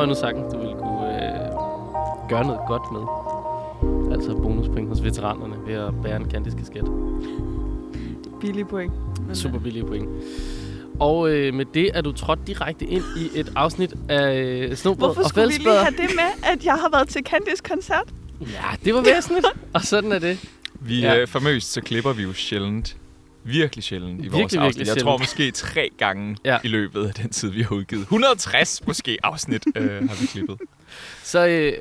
tror jeg nu sagtens, du ville kunne gøre noget godt med. Altså bonuspoint hos veteranerne ved at bære en Candice-kasket. Billige point. Super billige point. Og med det er du trådt direkte ind i et afsnit af Snobrød og Hvorfor skulle vi lige Fællesbader. have det med, at jeg har været til Candice koncert? Ja, det var væsentligt. Og sådan er det. Vi famøst, så klipper vi jo sjældent. Virkelig sjældent i vores Virkelig afsnit. Jeg sjældent. tror måske 3 gange i løbet af den tid, vi har udgivet. 160 måske afsnit har vi klippet. Så,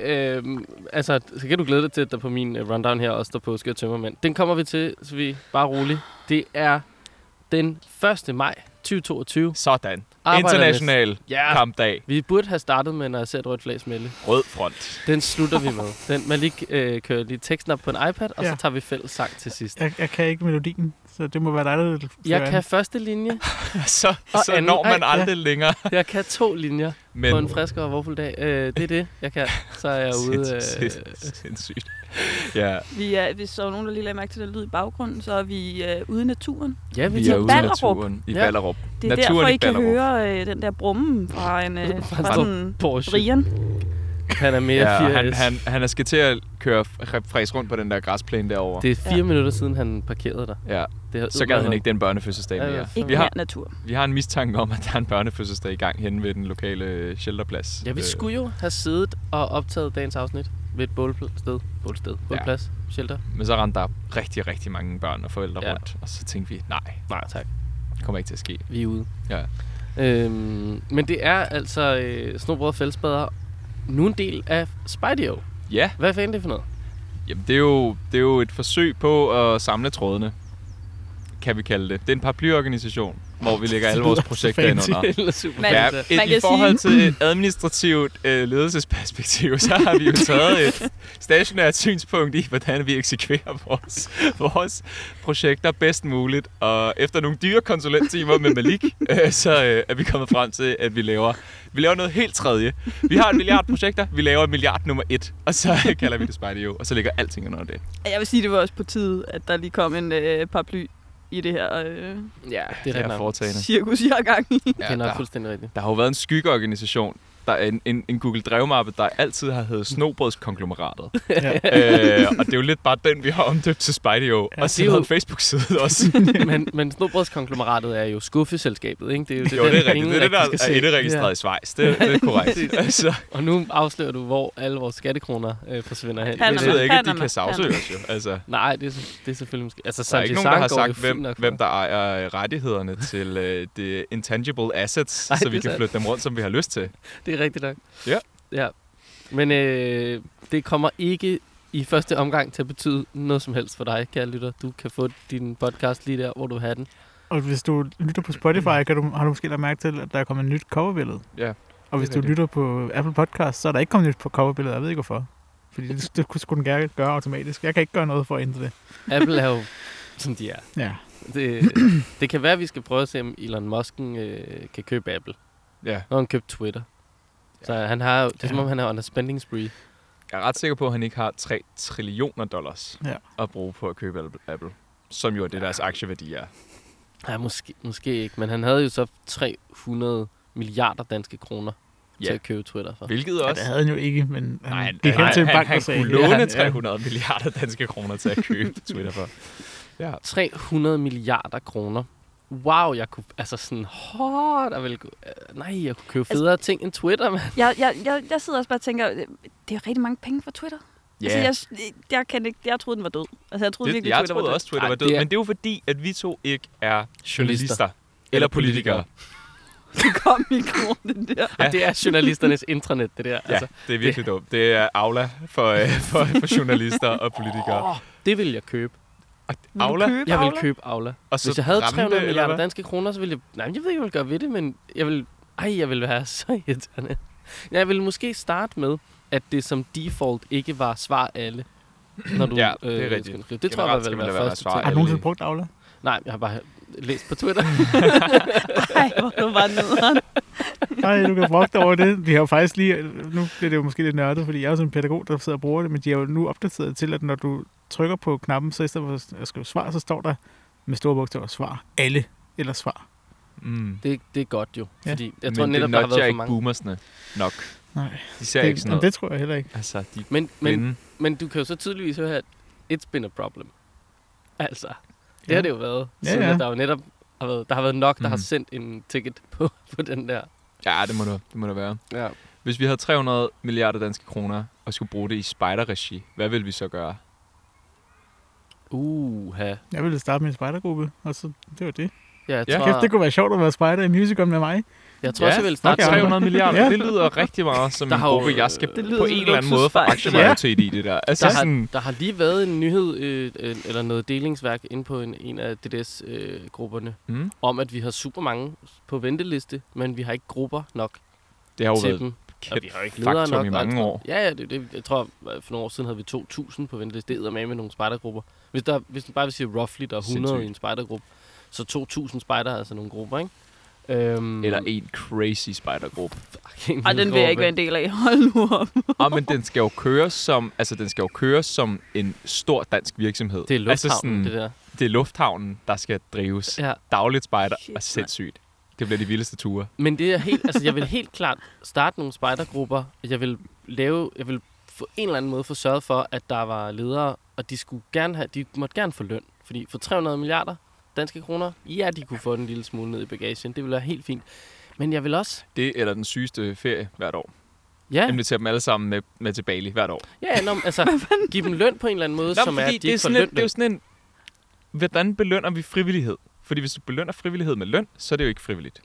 så kan du glæde dig til, at der på min rundown her også står påske og tømmermænd. Den kommer vi til, så vi bare roligt. Det er den 1. maj 2022. Sådan. International kampdag. Vi burde have startet med, når jeg ser et rødt flag smelle. Rød front. Den slutter vi med. Den Malik kører lige teksten op på en iPad, og så tager vi fælles sang til sidst. Jeg kan ikke melodien, så det må være dig, der jeg kan første linje. så når man aldrig længere. Jeg kan 2 linjer på en frisk og våffeldag. Det er det, jeg kan. Så er jeg ude. Sindssygt. Ja. Hvis så nogen, der lige lagde mærke til den lyd i baggrunden, så er vi ude i naturen. Ja, vi er ude i naturen i Ballerup. Det er derfor, I kan høre den der brummen fra sådan Brian. Han er mere 4S. Han skal til at køre fræs rundt på den der græsplæne derovre. Det er 4 minutter siden, han parkerede der. Ja. Så gad han ikke den børnefødselsdag mere. Ikke mere natur. Vi har en mistanke om, at der er en børnefødselsdag i gang henne ved den lokale shelterplads. Ja, vi skulle jo have siddet og optaget dagens afsnit ved et bålplads, shelter. Men så rendte der rigtig, rigtig mange børn og forældre rundt, og så tænkte vi, nej tak. Det kommer ikke til at ske. Vi er ude. Ja. Men det er altså Snobrød og Fællesbader nu en del af Spideo. Ja. Hvad fanden er det for noget? Jamen, det er jo et forsøg på at samle trådene, kan vi kalde det. Det er en paraplyorganisation, hvor vi lægger alle vores projekter ind under. I forhold til et administrativt ledelsesperspektiv, så har vi jo taget et stationært synspunkt i, hvordan vi eksekverer vores projekter bedst muligt. Og efter nogle dyre konsulenttimer med Malik, så er vi kommet frem til, at vi laver noget helt tredje. Vi har 1 milliard projekter, vi laver 1 milliard nummer 1, og så kalder vi det Spideo, og så ligger alting under det. Jeg vil sige, det var også på tide, at der lige kom en paraply i det her det er foretagende cirkus, jeg har gang i. Det er nok fuldstændig rigtigt. Der har jo været en skyggeorganisation, der er en Google Drevmappe, der altid har heddet Snobrødskonglomeratet. Og det er jo lidt bare den, vi har omdøbt til Spideo. Og så er en Facebook-side også. men Snobrødskonglomeratet er jo skuffeselskabet, ikke? Det er jo det er rigtigt. Det er det, der er indregistreret i Schweiz. Det er korrekt. Altså. Og nu afslører du, hvor alle vores skattekroner forsvinder hen. Det betyder ikke, at de kan sagsøges jo. Altså. Nej, det er selvfølgelig måske. Altså, der er ikke nogen, der har sagt, hvem der ejer rettighederne til det intangible assets, så vi kan flytte dem rundt, som vi har lyst til. Det er rigtigt nok. Ja. Men det kommer ikke i første omgang til at betyde noget som helst for dig, kære lytter. Du kan få din podcast lige der, hvor du har den. Og hvis du lytter på Spotify, har du måske lagt mærke til, at der er kommet et nyt coverbillede. Ja. Og hvis du lytter på Apple Podcast, så er der ikke kommet nyt på coverbilledet. Jeg ved ikke hvorfor. Fordi det skulle den gerne gøre automatisk. Jeg kan ikke gøre noget for at ændre det. Apple er jo, som de er. Ja. Det kan være, at vi skal prøve at se, om Elon Musk kan købe Apple. Ja. Når han købte Twitter. Så han har, det er som om, han er under spending spree. Jeg er ret sikker på, at han ikke har $3 trillioner at bruge på at købe Apple. Som jo er det, deres aktieværdi er. Ja, måske ikke. Men han havde jo så 300 milliarder danske kroner til at købe Twitter for. Hvilket også... Ja, det havde han jo ikke, men han gik hen til en bank og sagde... Han kunne låne 300 milliarder danske kroner til at købe Twitter for. Ja. 300 milliarder kroner. Wow, jeg kunne, altså sådan, jeg kunne købe federe ting end Twitter, mand. Jeg sidder også bare og tænker, det er rigtig mange penge for Twitter. Yeah. Altså, jeg troede, den var død. Altså, jeg troede virkelig, Twitter var død. Jeg troede også, Twitter var død, men det er jo fordi, at vi to ikke er journalister eller politikere. Det kom mikrofonen der. Ja. Det er journalisternes intranet, det der. Ja, altså, det er virkelig dumt. Det er Aula for journalister og politikere. Det vil jeg købe. Aula? Jeg vil købe Aula. Hvis jeg havde 300 milliarder danske kroner, så ville jeg... Nej, jeg ved ikke, hvad jeg vil gøre ved det, men jeg vil være så irriterende. Jeg vil måske starte med, at det som default ikke var svar alle. Når du, det er rigtigt. Det tror jeg vil være første. Har du nogensinde brugt Aula? Nej, jeg har bare læst på Twitter. Ej, hvor du var nederen. Nej, du kan bruge det over det. De har jo faktisk lige... Nu bliver det jo måske lidt nørdet, fordi jeg er jo sådan en pædagog, der sidder og bruger det, men de har jo nu opdateret til, at når du trykker på knappen, så i stedet for at skrive svar, så står der med store bogstaver svar. Alle eller svar. Det er godt jo. Fordi jeg tror men netop, det der har været for ikke mange. Boomersne nok. Nej. De ser ikke sådan noget. Det tror jeg heller ikke. Altså, de men du kan jo så tydeligvis høre, at it's been a problem. Altså, det har det jo været. Ja, siden, at der jo netop der har været nok, der har sendt en ticket på den der. Ja, det må der være. Ja. Hvis vi havde 300 milliarder danske kroner og skulle bruge det i spejderregi, hvad ville vi så gøre? Jeg ville starte med en spejdergruppe, og så det var det. Ja, det kunne være sjovt at være spejder i musical med mig. Jeg tror også, jeg vil starte 300 milliarder. Det lyder rigtig meget som en gruppe, jeg skal på en eller anden måde få aktiemajoritet i det der. Altså, der har lige været en nyhed, eller noget delingsværk inde på en af DDS-grupperne, om at vi har super mange på venteliste, men vi har ikke grupper nok det har jo til været dem. Vi har ikke faktum nok i mange år. Ja, jeg tror, for nogle år siden havde vi 2.000 på venteliste. Det er med nogle spejdergrupper. Hvis man bare vil sige roughly, der er 100 i en spejdergruppe, så 2.000 spejder er altså nogle grupper, ikke? Eller en crazy spejdergruppe. Ej, den vil jeg ikke være en del af. Hold nu op. Men den skal jo køres som en stor dansk virksomhed. Det er lufthavnen, det der. Det er lufthavnen, der skal drives. Ja. Dagligt spejder er sindssygt. Det bliver de vildeste ture. Men det er helt, jeg vil helt klart starte nogle spejdergrupper. Jeg vil på en eller anden måde få sørget for, at der var ledere, og de måtte gerne få løn. Fordi for 300 milliarder danske kroner, ja, de kunne få en lille smule ned i bagagen. Det ville være helt fint. Men jeg vil også... Det eller den sygeste ferie hvert år. Ja. Inviterer dem alle sammen med til Bali hvert år. Ja, give dem løn på en eller anden måde, som er, at de ikke får løn. Det er jo sådan en... Hvordan belønner vi frivillighed? Fordi hvis du belønner frivillighed med løn, så er det jo ikke frivilligt.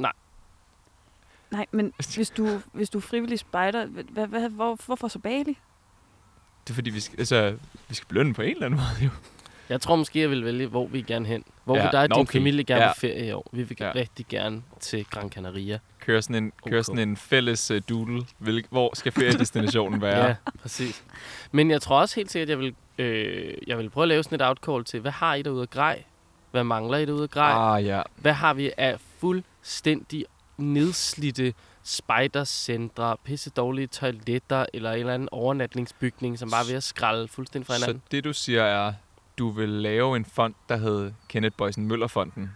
Nej, men hvis du er frivillig spejder, hvorfor så Bali? Det er fordi, vi skal belønne på en eller anden måde, jo. Jeg tror måske, jeg vil vælge, hvor vi gerne hen. Hvor vil dig og din familie gerne på ferie i år? Vi vil rigtig gerne til Gran Canaria. Køre sådan en fælles doodle. Hvor skal feriedestinationen være? Ja, præcis. Men jeg tror også helt sikkert, at jeg vil prøve at lave sådan et outcall til, hvad har I derude af grej? Hvad mangler I derude af grej? Ja. Hvad har vi af fuldstændig nedslidte spejdercentre, pisse dårlige toiletter eller en eller anden overnatningsbygning, som bare er ved at skralde fuldstændig fra hinanden? Så det du siger er, du vil lave en fond, der hedder Kenneth Boysen Møller-fonden?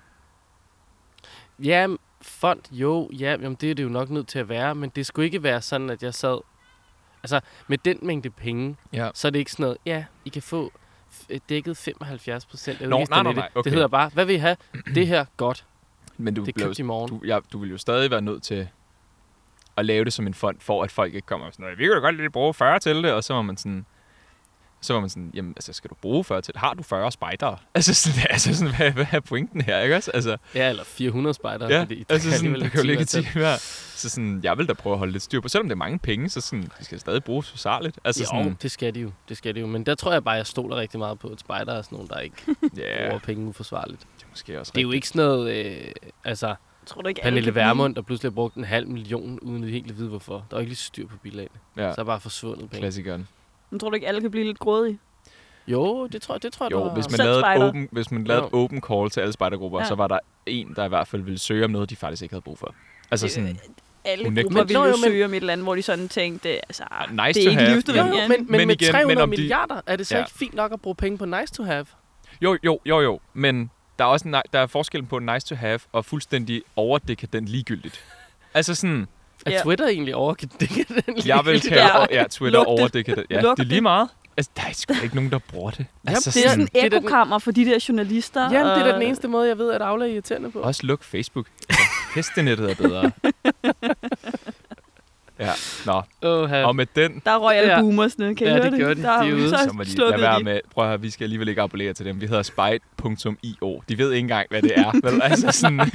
Ja, fond, jamen det er det jo nok nødt til at være, men det skulle ikke være sådan, at jeg sad... Altså, med den mængde penge, så er det ikke sådan noget, ja, I kan få dækket 75% af udgifterne. Nej, okay. Det hedder bare, hvad vil I have? Det her, godt. Men det er købt i morgen. Du vil jo stadig være nødt til at lave det som en fond, for at folk ikke kommer og sådan, vi kan da godt lige bruge 40 til det, og så var man sådan, jamen, altså, skal du bruge 40 til det? Har du 40 spejdere? Altså, hvad er pointen her, ikke også? Altså, ja, eller 400 spejdere. Ja, fordi altså sådan, der kan jo ligge 10 hver. Så sådan, jeg vil da prøve at holde lidt styr på, selvom det er mange penge, så sådan, de skal stadig bruges forsvarligt. Altså, sådan, det skal de jo. Men der tror jeg bare, jeg stoler rigtig meget på, at spejder er sådan nogen, der ikke bruger penge uforsvarligt. Det er måske også det er jo ikke sådan noget, tror du ikke, Pernille Vermund, der pludselig har brugt 500.000, uden at helt vide hvorfor. Der er ikke lige styr på bilagene. Ja. Så er bare forsvundet penge. Klassikeren. Men tror du ikke, alle kan blive lidt grådige? Jo, det tror jeg. Jo, hvis man lavede et open call til alle spejdergrupper, så var der en, der i hvert fald ville søge om noget, de faktisk ikke havde brug for. Altså sådan... Alle grupper ville jo søge om et eller andet, hvor de sådan tænkte, altså, nice det er ikke livstil. Men med 300 milliarder, er det så ikke fint nok at bruge penge på nice to have? Jo. Men der er også der er forskellen på nice to have og fuldstændig overdekadent ligegyldigt. Altså sådan... Er Twitter egentlig overdekadent? Jeg vil kalde Twitter overdekadent. Ja, det er lige meget. Altså, der er sgu ikke nogen, der bruger det. Altså, det er sådan en ekokammer for de der journalister. Jamen, det er den eneste måde, jeg ved, at Aula er irriterende på. Også luk Facebook. Altså, hestenettet er bedre. Ja, nå. Og med den... Der røg alle boomersne, kan I høre det? Ja, det gør de. De er ude. Så må de lade være med. Prøv at høre, vi skal alligevel ikke appellere til dem. Vi hedder spite.io. De ved ikke engang, hvad det er. Vel? Altså sådan...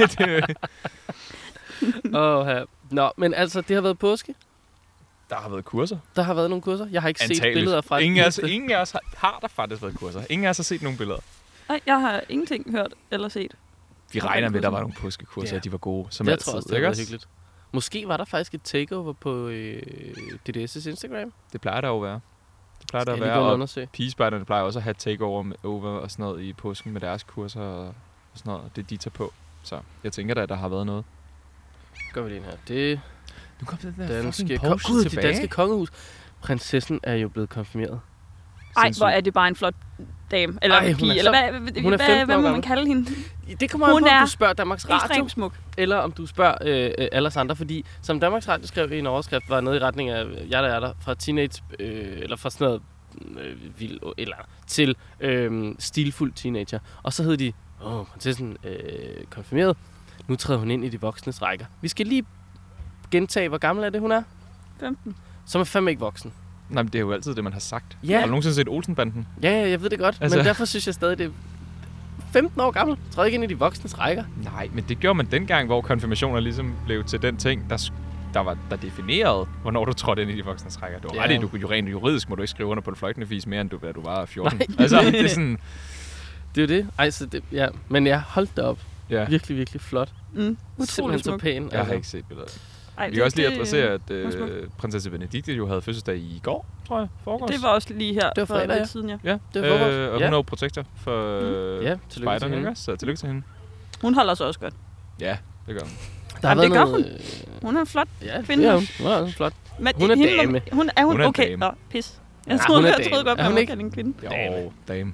Nå, men altså, det har været påske. Der har været kurser. Der har været nogle kurser. Jeg har ikke set billeder fra ingen af os har der faktisk været kurser. Ingen af os har set nogle billeder. Nej, jeg har ingenting hørt eller set. Vi regner med, at der var nogle påskekurser, og de var gode, som altid. Jeg tror også, det var hyggeligt. Måske var der faktisk et takeover på DDS' Instagram. Det plejer der jo at være. Det plejer der at være, og pigespejderne plejer også at have takeover og sådan noget i påsken med deres kurser og sådan noget. Det de tager på. Så jeg tænker da, at der har været noget. Gør vi lige her. Det nu kom det der danske kongehus. Prinsessen er jo blevet konfirmeret. Ej, hvor er det bare en flot dame, eller pige, eller hvad må man kalde hende? Det kommer an på, om du spørger Danmarks Radio, smuk. eller om du spørger alle os andre, fordi som Danmarks Radio skrev i en overskrift, var noget i retning af der fra teenage, eller fra sådan noget vild, eller til stilfuld teenager. Og så hed de, prinsessen konfirmeret, nu træder hun ind i de voksnes rækker. Vi skal lige gentage, hvor gammel er det, hun er? 15. Som er fandme ikke voksen. Nej, men det er jo altid det, man har sagt. Ja. Har du nogensinde set Olsenbanden? Ja, jeg ved det godt, men derfor synes jeg stadig, det er 15 år gammel. Træder ikke ind i de voksnes rækker. Nej, men det gjorde man dengang, hvor konfirmationer ligesom blev til den ting, der definerede, hvornår du trådte ind i de voksnes rækker. Det var ret i, du kunne rent juridisk, må du ikke skrive under på det fløjtende vis mere, end du var 14. Nej. Altså, det er sådan... Det er jo det. Ej, så det, ja. Men jeg holdt det op. Ja. Virkelig, virkelig flot. Utrolig smuk. Så pæn. Jeg har ikke set billedet. Vi kan også lige adressere, at prinsesse Benedikte jo havde fødselsdag i går, tror jeg, forgårs. Det var også lige her. Det var fredag, ja. Siden, ja. Ja, det var forgårs. Og hun er jo protektor for spejderne, ikke? Så tillykke til hende. Hun holder sig også godt. Ja, det gør hun. Det gør hun. Hun er en flot kvinde. Ja, hun er flot. Men hun er dame. Hun er okay. Dame. Pis. Jeg troede godt, at hun ikke er en kvinde. Jo, dame.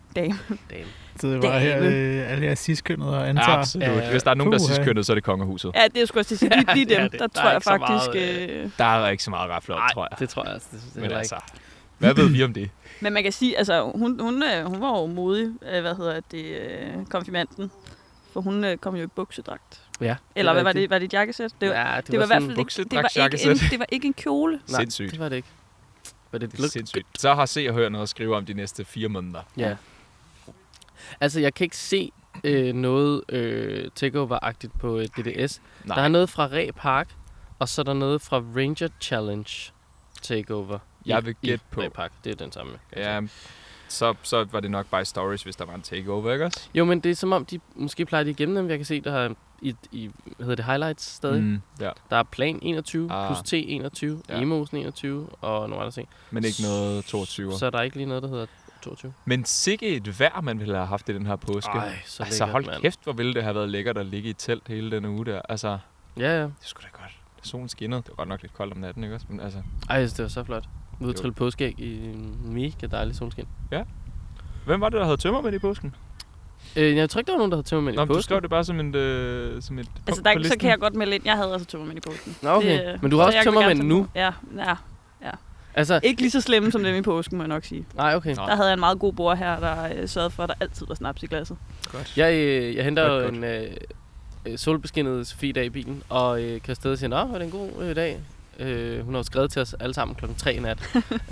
Så det var her alle jeres cis-kønnede og antager. Ja, absolut. Hvis der er nogen, der er cis-kønnet, så er det kongehuset. Ja, det er sgu også sige. Lige dem, der tror jeg faktisk... Der er ikke så meget rafler, tror jeg. Det tror jeg også. Men altså, hvad ved vi om det? Men man kan sige, altså, hun var jo modig, konfirmanten. For hun kom jo i buksedragt. Ja. Eller hvad var det? Var det et jakkesæt? Det var i hvert fald ikke. Det var ikke en kjole. Nej, sindssygt. Det var det ikke. Det er sindssygt. Så har Se og Hør noget at skrive om de næste 4 måneder. Ja. Altså, jeg kan ikke se noget takeover-agtigt på DDS. Nej. Der er noget fra Ræ Park, og så er der noget fra Ranger Challenge takeover. Jeg vil gætte på. Ræ Park, det er den samme. Ja, så var det nok bare stories, hvis der var en takeover, ikke også? Jo, men det er som om, de måske plejer de igennem dem. Jeg kan se, der har i hvad hedder det, highlights stadig. Ja. Der er Plan 21, plus T21, Emosen 21 og nogle andre ting. Men ikke noget 22. Så er der ikke lige noget, der hedder 22. Men sikke et vejr, man ville have haft i den her påske. Ej, så lækkert, altså hold kæft, hvor ville det have været lækkert at ligge i telt hele den uge der. Altså, ja. Det skulle da godt. Solen skinnede. Det var godt nok lidt koldt om natten, ikke også? Men altså. Ej, det var så flot. Ude at trille påskeæg i en mega dejlig solskin. Ja. Hvem var det, der havde tømmermænd i påsken? Jeg tror ikke, der var nogen, der havde tømmermænd i påsken. Du skrev det bare som et altså, der så kan jeg godt melde ind. Jeg havde også tømmermænd i påsken. Nå, okay. Men du har også tømmermænd nu? Ja. Altså, ikke lige så slemme som dem i påsken, må jeg nok sige. Nej, okay. Der havde jeg en meget god bror her, der sørgede for, at der altid var snaps i glasset. Godt. Jeg henter jo en solbeskinnet Sofie-dag i bilen, og kan afsted og sige, nå, var det en god dag? Hun har jo skrevet til os alle sammen 3:00 i nat.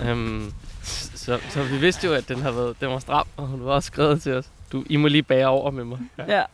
Så vi vidste jo, at den var stram, og hun var også skrevet til os. I må lige bære over med mig. Ja.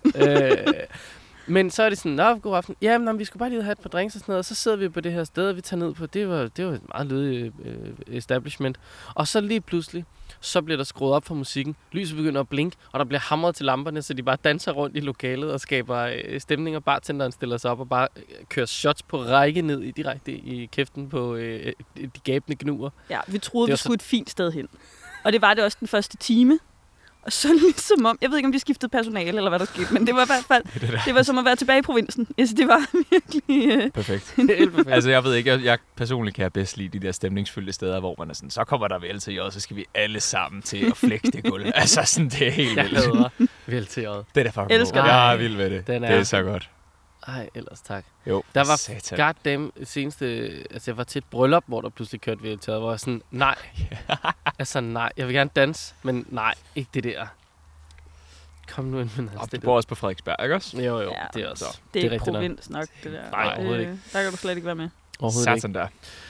Men så er det sådan, god aften. Jamen, vi skulle bare lige have et par drinks og sådan noget, og så sidder vi på det her sted, og vi tager ned på, det var et meget lødigt establishment. Og så lige pludselig, så bliver der skruet op for musikken, lyset begynder at blinke, og der bliver hamret til lamperne, så de bare danser rundt i lokalet og skaber stemning, og bartenderen stiller sig op og bare kører shots på række ned direkte i kæften på de gabende gnuer. Ja, vi troede, vi skulle et fint sted hen. Og det var det også den første time. Og så ligesom om, jeg ved ikke, om de skiftede personale, eller hvad der skete, men det var i hvert fald, det var som at være tilbage i provinsen. Altså, det var virkelig... Perfekt. Altså, jeg ved ikke, jeg personligt kan bedst lide de der stemningsfyldte steder, hvor man er sådan, så kommer der vel til J, så skal vi alle sammen til at flække det guld. Altså, sådan, det er helt vildt. Jeg hedder vel til J. Det er da fucking god. Jeg er vild med det. Det er så godt. Ej, ellers tak. Jo, der var goddamn seneste... Altså, jeg var til et bryllup, hvor der pludselig kørte VLT'et, hvor jeg sådan, nej. Altså, nej. Jeg vil gerne danse, men nej, ikke det der. Kom nu ind med det. Du bor også på Frederiksberg, ikke også? Jo, ja, det er også. Det er ikke provins nok, det der. Nej, overhovedet ikke. Der kan du slet ikke være med. Overhovedet ikke.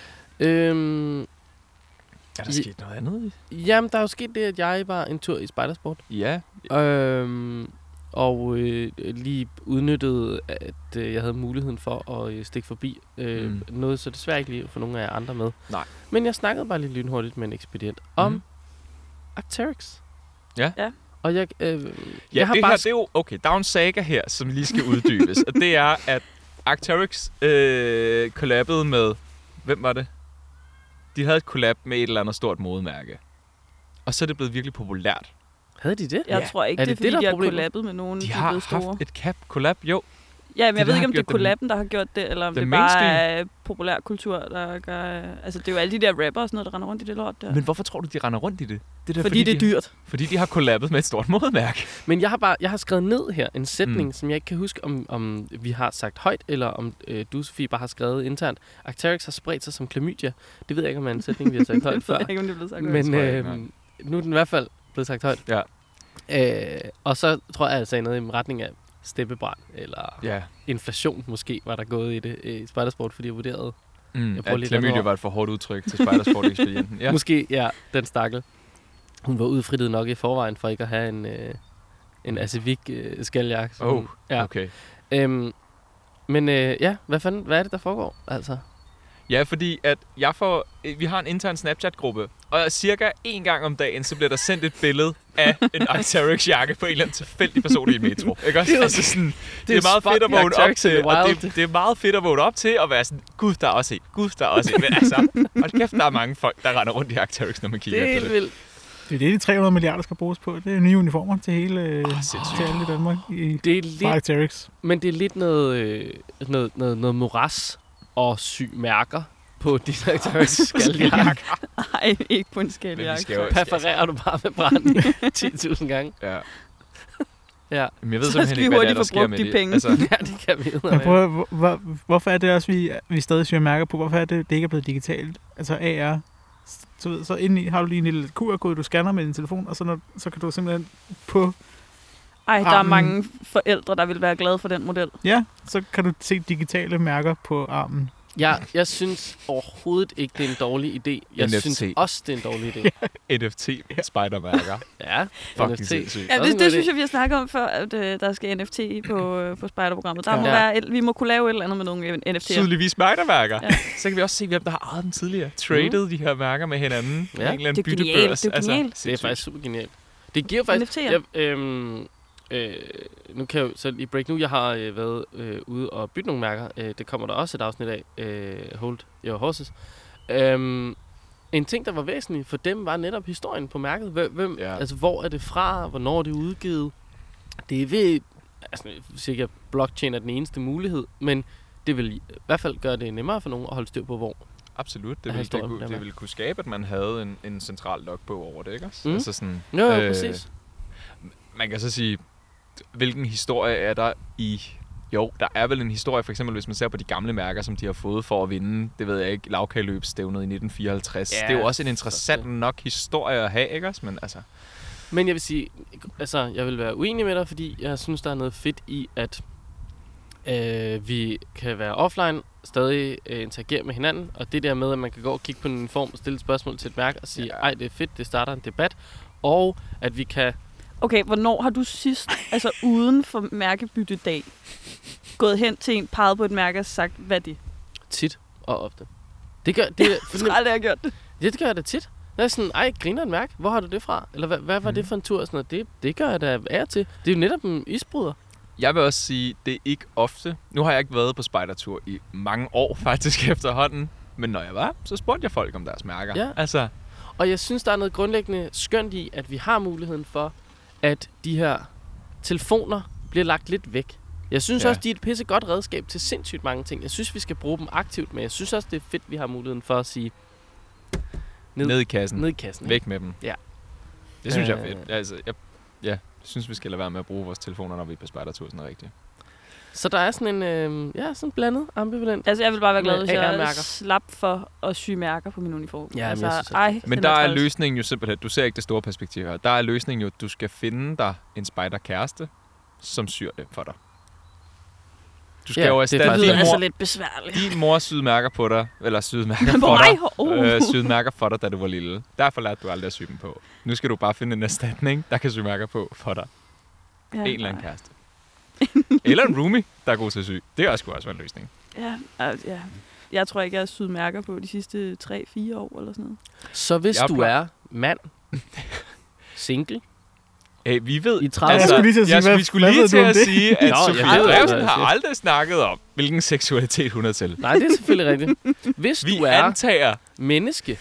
Der. Er der sket noget andet? Jamen, der er jo sket det, at jeg var en tur i Spejdersport. Ja. Og lige udnyttede, at jeg havde muligheden for at stikke forbi noget, så desværre ikke lige for nogle af jer andre med. Nej. Men jeg snakkede bare lidt lynhurtigt med en ekspedient om Arc'teryx. Ja. Og jeg har det her, det er jo, okay, der er en saga her, som lige skal uddybes. Og det er, at Arc'teryx collabede med, hvem var det? De havde et collab med et eller andet stort modemærke. Og så er det blevet virkelig populært. Havde de det? Jeg tror ikke, det er fordi, de har kollabet med nogen, de har haft et collab, jo. Ja, men jeg ved ikke, om det er kollaben, der har gjort det, eller om det bare er populær kultur, der gør... Altså, det er jo alle de der rapper og sådan noget, der render rundt i det lort der. Men hvorfor tror du, de render rundt i det? Fordi det er dyrt. Fordi de har kollabet med et stort modemærke. Men jeg har skrevet ned her en sætning, som jeg ikke kan huske, om vi har sagt højt, eller om du, Sofie, bare har skrevet internt. Arc'teryx har spredt sig som klamydia. Det ved jeg ikke, om er en sætning, vi har sagt højt før. Jeg ved ikke, om det er blevet sagt højt. Men nu er den i hvert fald blevet sagt højt. Ja. Og så tror jeg, at jeg sagde noget i retning af steppebrand, eller inflation måske, var der gået i det i Spidersport, fordi jeg vurderede. At klamydia var et for hårdt udtryk til Spidersport-ekspedienten. Ja. Måske, ja, den stakkel. Hun var udfrittet nok i forvejen for ikke at have en Asivik skaljagt. Okay. Men hvad er det, der foregår? Altså? Ja, fordi at vi har en intern Snapchat-gruppe, og cirka 1 gang om dagen, så bliver der sendt et billede af en Arc'teryx-jakke på en eller anden tilfældig person i metro. Ikke også? Altså sådan, det er meget fedt at vågne op til, og det er meget fedt at vågne op til og være sådan, gud, der er også en, gud, der er også en. Men altså, hold kæft, der er mange folk, der render rundt i Arc'teryx, når man kigger efter det. Det er helt vildt. Det er det, de 300 milliarder skal bruges på. Det er nye uniformer til hele til alle i Danmark det er lidt, Arc'teryx. Men det er lidt noget moras og syg mærker på de Arc'teryx skaljakke. Nej, ikke på en skaljakke. Perforerer du bare med brand 10.000 gange. Ja. Ja. Men jeg ved simpelthen ikke, hvad der sker med de penge. Altså. Ja, det kan vi. Hvorfor er det også, vi stadig syr mærker på? Hvorfor er det ikke er blevet digitalt? Altså AR. Så indeni har du lige en lille QR-kode, du scanner med din telefon, og så kan du simpelthen på der er mange forældre, der vil være glade for den model. Ja, så kan du se digitale mærker på armen. Ja, jeg synes overhovedet ikke, det er en dårlig idé. Jeg synes også, det er en dårlig idé. NFT-spidermærker. Ja, fucking NFT. Ja, det synes jeg, vi har snakket om før, at der skal NFT på spiderprogrammet. Der må være, vi må kunne lave et eller andet med nogle NFT'er. Tydeligvis spidermærker. Ja. Så kan vi også se, hvem der har ejet dem tidligere. Traded de her mærker med hinanden. Ja. En eller anden byttebørs. Det er genialt. Det er faktisk super genialt. Det giver faktisk... Nu kan jeg jo selv i break nu, jeg har været ude og bytte nogle mærker. Det kommer der også et afsnit af. Hold Your Horses. En ting, der var væsentlig for dem, var netop historien på mærket. Altså, hvor er det fra? Hvornår er det udgivet? Det er ved... Altså, sikkert blockchain er den eneste mulighed, men det vil i hvert fald gøre det nemmere for nogen at holde styr på, hvor... Absolut. Det ville kunne skabe, at man havde en central logbog over det, ikke også? Altså sådan... Jo, præcis. Man kan så sige... Hvilken historie er der i... Jo, der er vel en historie, for eksempel hvis man ser på de gamle mærker, som de har fået for at vinde, det ved jeg ikke, lavkageløbsstævnet i 1954. Ja, det er jo også en interessant nok historie at have, ikke også? Men jeg vil sige, altså, jeg vil være uenig med dig, fordi jeg synes, der er noget fedt i, at vi kan være offline, stadig interagere med hinanden, og det der med, at man kan gå og kigge på en form og stille et spørgsmål til et mærke og sige, ej, det er fedt, det starter en debat, og at vi kan... Okay, hvornår har du sidst, altså uden for mærkebyttedag, gået hen til en, peget på et mærke og sagt, hvad er det? Tit og ofte. Det gør det. Jeg tror aldrig, jeg har gjort det. Det gør jeg da tit. Jeg er sådan, ej, griner et mærke. Hvor har du det fra? Eller hvad var det for en tur? Sådan noget. Det gør jeg da af til. Det er jo netop en isbryder. Jeg vil også sige, det er ikke ofte. Nu har jeg ikke været på spejdertur i mange år faktisk efterhånden. Men når jeg var, så spurgte jeg folk om deres mærker. Ja. Altså. Og jeg synes, der er noget grundlæggende skønt i, at vi har muligheden for, at de her telefoner bliver lagt lidt væk. Jeg synes også, de er et pissegodt redskab til sindssygt mange ting. Jeg synes, vi skal bruge dem aktivt, men jeg synes også, det er fedt, vi har muligheden for at sige... Ned i kassen. Ned i kassen. Væk med dem. Ja. Det synes jeg er fedt. Altså, jeg synes, vi skal lade være med at bruge vores telefoner, når vi er på spejdertur, sådan rigtigt. Så der er sådan en sådan blandet, ambivalent. Altså, jeg vil bare være glad, hvis jeg slap for at sy mærker på min uniform. Ja, altså, jeg synes, men der er løsningen jo simpelthen, du ser ikke det store perspektiv her, der er løsningen jo, at du skal finde dig en spejderkæreste, som syr det for dig. Du skal jo erstatte det er altså lidt besværligt. Din mor syede mærker på dig, eller syede mærker for dig, syede mærker for dig, da du var lille. Derfor lærte du aldrig at sy dem på. Nu skal du bare finde en erstatning, der kan sy mærker på for dig. Ja, en eller anden kæreste. Eller en roomie, der er god til at sy. Det er også være en løsning. Ja. Jeg tror ikke, jeg har syet mærker på de sidste 3-4 år eller sådan noget. Så hvis du er mand, single, vi ved... I 30. Vi skulle lige til at sige, at Sofie Drewsen har aldrig snakket om, hvilken seksualitet hun er til. Nej, det er selvfølgelig rigtigt. Hvis du er antager menneske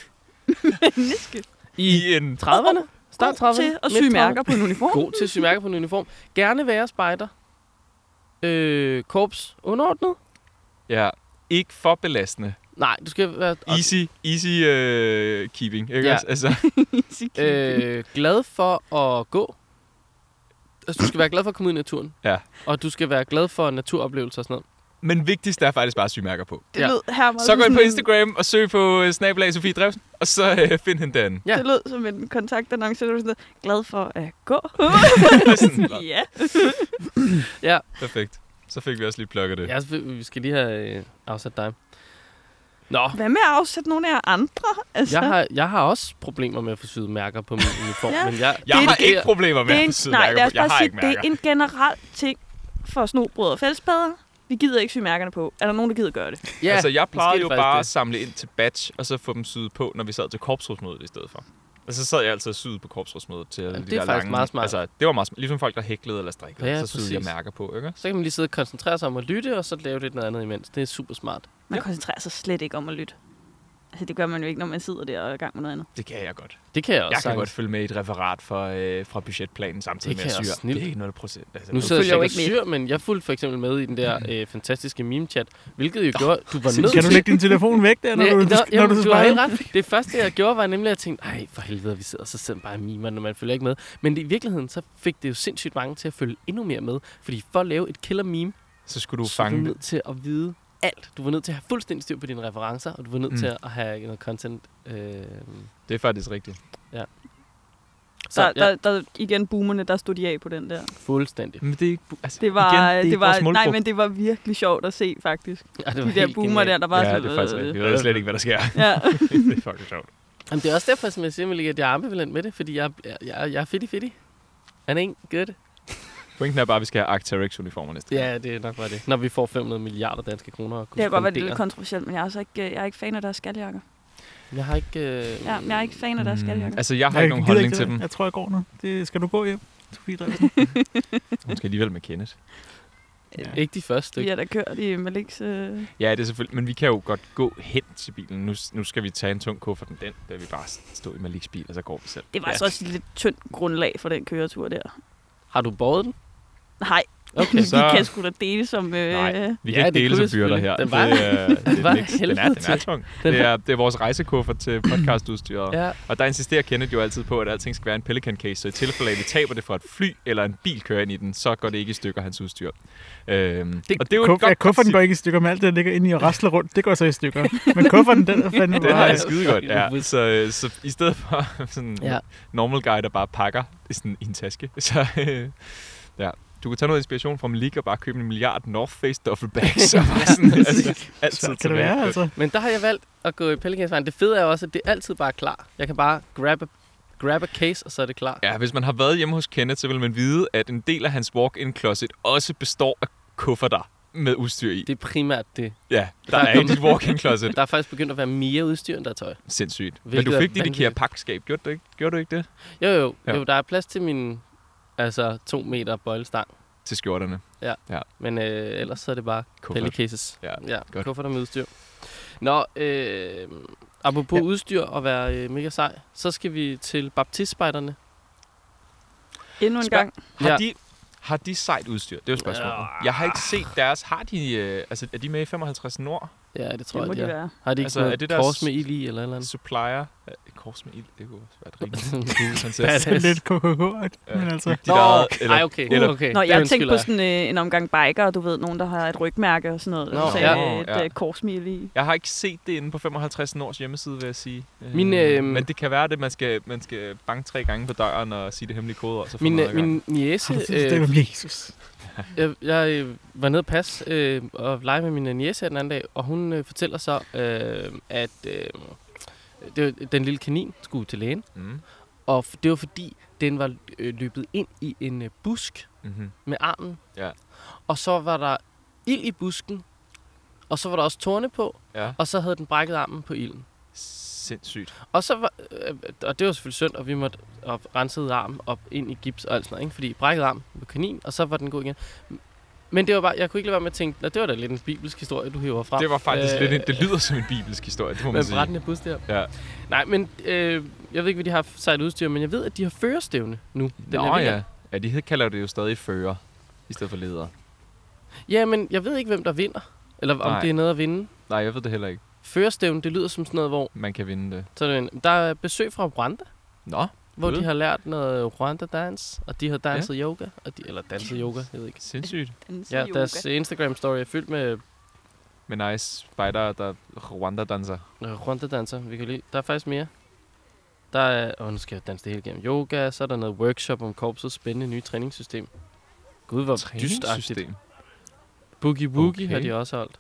i en 30'erne, start 30'erne, til at sy mærker på en uniform. God til at sy mærker på en uniform. Gerne være spejder. Korps underordnet? Ja, ikke for belastende. Nej, du skal være... Easy keeping, ikke? Ja. Altså. Easy keeping. Glad for at gå. Altså, du skal være glad for at komme ud i naturen. Ja. Og du skal være glad for naturoplevelser og sådan noget. Men vigtigst er faktisk bare sygmærker på. Det lød her meget så gå ind på Instagram og søg på @Sofie Drewsen, og så find hende derinde. Ja. Det lød som en kontaktannonce, der var sådan glad for at gå. Ja. Ja. Perfekt. Så fik vi også lige plukket det. Ja, så vi skal lige have afsat dig. Nå. Hvad med at afsætte nogle af jer andre? Altså. Jeg har også problemer med at få syet mærker på min uniform. Ja. Men jeg har ikke problemer med at få syet mærker på. Jeg har ikke mærker. Det er en generel ting for snobrød og fællesbader. Vi gider ikke sy mærkerne på. Er der nogen, der gider gøre det? Ja, altså, jeg plejede jo bare at samle ind til batch, og så få dem syet på, når vi sad til korpsrådsmødet i stedet for. Og så sad jeg altid syet på korpsrådsmødet til de der lange. Meget smart. Altså, det var meget smart. Ligesom folk, der hæklede eller strikkede, ja, så syede jeg mærker på, ikke? Så kan man lige sidde og koncentrere sig om at lytte, og så lave lidt noget andet imens. Det er super smart. Man koncentrerer sig slet ikke om at lytte. Altså, det gør man jo ikke, når man sidder der og er i gang med noget andet. Det kan jeg godt. Det kan jeg også. Jeg kan godt følge med i et referat fra budgetplanen samtidig med at syre. Det er ikke noget procent. Altså, nu sidder jeg ikke syr, men jeg fulgte for eksempel med i den der fantastiske meme-chat, hvilket jo gjorde, du var nødt. Kan du lægge din telefon væk der, når du har helt ret. Det første, jeg gjorde, var nemlig at tænke, ej, for helvede, vi sidder så sidder bare mimer, når man følger ikke med. Men i virkeligheden, så fik det jo sindssygt mange til at følge endnu mere med. Fordi for at lave et killer meme, så skulle du fange nødt til at vide alt. Du var nødt til at have fuldstændig styr på dine referencer, og du var nødt til at have noget content. Det er faktisk rigtigt. Ja. Så der igen boomerne, der stod de af på den der. Fuldstændig. Men det er ikke altså, det var men det var virkelig sjovt at se faktisk. Ja, det var de der boomer der var det er faktisk rigtigt. Jeg ved slet ikke, hvad der sker. Ja. Det er fucking sjovt. Jamen, det er også derfor, som jeg siger, at jeg er ambivalent med det, fordi jeg er fiddy. And ain't good. Pointen er bare, at vi skal have Arc'teryx-uniformer næste gang. Ja, det er nok bare det. Når vi får 500 milliarder danske kroner. Det kan godt være lidt kontroversielt, men jeg er ikke fan af deres skaljakker. Jeg har ikke... jeg er ikke fan af deres skaljakker. Altså, jeg har ikke nogen holdning til dem. Jeg tror, jeg går nu. Det skal du gå hjem, Sofie Drewsen. Hun skal alligevel med Kenneth. Ja. Ikke de første. Vi har da kørt i Maliks... Ja, det er selvfølgelig. Men vi kan jo godt gå hen til bilen. Nu skal vi tage en tung kuffert den. Der vi bare stå i Maliks bil, og så går vi selv. Det var altså også et lidt tyndt grundlag for den køretur der. Har du båret den? Nej. Okay, vi kan sgu da dele som... Nej, vi kan ikke dele som byrder her. Den er tung. Det er vores rejsekuffert til podcastudstyret. Ja. Og der insisterer Kenneth jo altid på, at alting skal være en Pelican case. Så i tilfælde af, at vi taber det fra et fly eller en bil kører ind i den, så går det ikke i stykker, hans udstyr. Og det er jo kufferten går ikke i stykker, med alt det, der ligger inde i og rasler rundt. Det går så i stykker. Men kufferten, den er fandme bare... Den er skidegodt, ja. Så i stedet for sådan normal guy, der bare pakker sådan i en taske, så... ja. Du kan tage noget inspiration fra Malik og bare købe 1 milliard North Face duffelbags. Så sådan, altid kan det være, altså. Men der har jeg valgt at gå i Pelicansvejen. Det fede er også, at det er altid bare klar. Jeg kan bare grab a case, og så er det klar. Ja, hvis man har været hjemme hos Kenneth, så vil man vide, at en del af hans walk-in closet også består af kufferter med udstyr i. Det er primært det. Ja, der er i dit walk-in closet. Der er faktisk begyndt at være mere udstyr, end der er tøj. Sindssygt. Men du fik dit IKEA-pakskab, gjorde du ikke det? Jo, der er plads til min 2 meter bøjlestang. Til skjorterne. Ja. Men ellers så er det bare Pelicases. Ja, kufferter med udstyr. Nå, apropos udstyr og være mega sej, så skal vi til baptistspejderne. Endnu en gang. Har de sejt udstyr? Det er jo spørgsmålet. Jeg har ikke set deres. Har de, er de med i 55 Nord? Ja, det tror jeg, de er. Har de ikke noget kors med ild i, eller eller andet? Supplier. Kors med ild, det kunne også være det lidt KKK, men altså... Okay. Nå, jeg tænkte på sådan en omgang biker, du ved, nogen, der har et rygmærke og sådan noget. Et kors med ild i. Jeg har ikke set det inde på 55 Nords hjemmeside, vil jeg sige. Men det kan være, at man skal banke 3 gange på døren og sige det hemmelige kode. Og så min niece... Jesus. Jeg var nede og passe og lege med min niece den anden dag, og hun fortæller så, at den lille kanin skulle til lægen. Og det var fordi, den var løbet ind i en busk med armen. Ja. Og så var der ild i busken, og så var der også torne på, og så havde den brækket armen på ilden. Sindssygt. Og så var, og det var selvfølgelig synd, og vi måtte rense armen op ind i gips og alt sådan noget, ikke? Fordi brækket arm på kanin, og så var den god igen. Men det var bare, jeg kunne ikke lade være med at tænke, at det var da lidt en bibelsk historie, du hiver frem. Det var faktisk lidt det lyder som en bibelsk historie, det må man sige. Med brændende bus der. Ja. Nej, men jeg ved ikke, hvad de har sejt udstyr, men jeg ved, at de har førerstævne nu. Ja, de kalder det jo stadig fører, i stedet for ledere. Ja, men jeg ved ikke, hvem der vinder. Eller om det er noget at vinde. Nej, jeg ved det heller ikke. Førerstævn, det lyder som sådan noget, hvor... Man kan vinde det. Så der er besøg fra Rwanda. Nå. Hvor de har lært noget Rwanda-dans, og de har danset yoga. Eller danset yoga, jeg ved ikke. Sindssygt. Ja, deres Instagram-story er fyldt med... Med nice spider, der Rwanda-danser. Rwanda-danser, vi kan lide. Der er faktisk mere. Der er... nu skal jeg danse det hele igennem. Yoga, så er der noget workshop om korpsets spændende nye træningssystem. Gud, hvor dystagtigt. Boogie Woogie har de også holdt.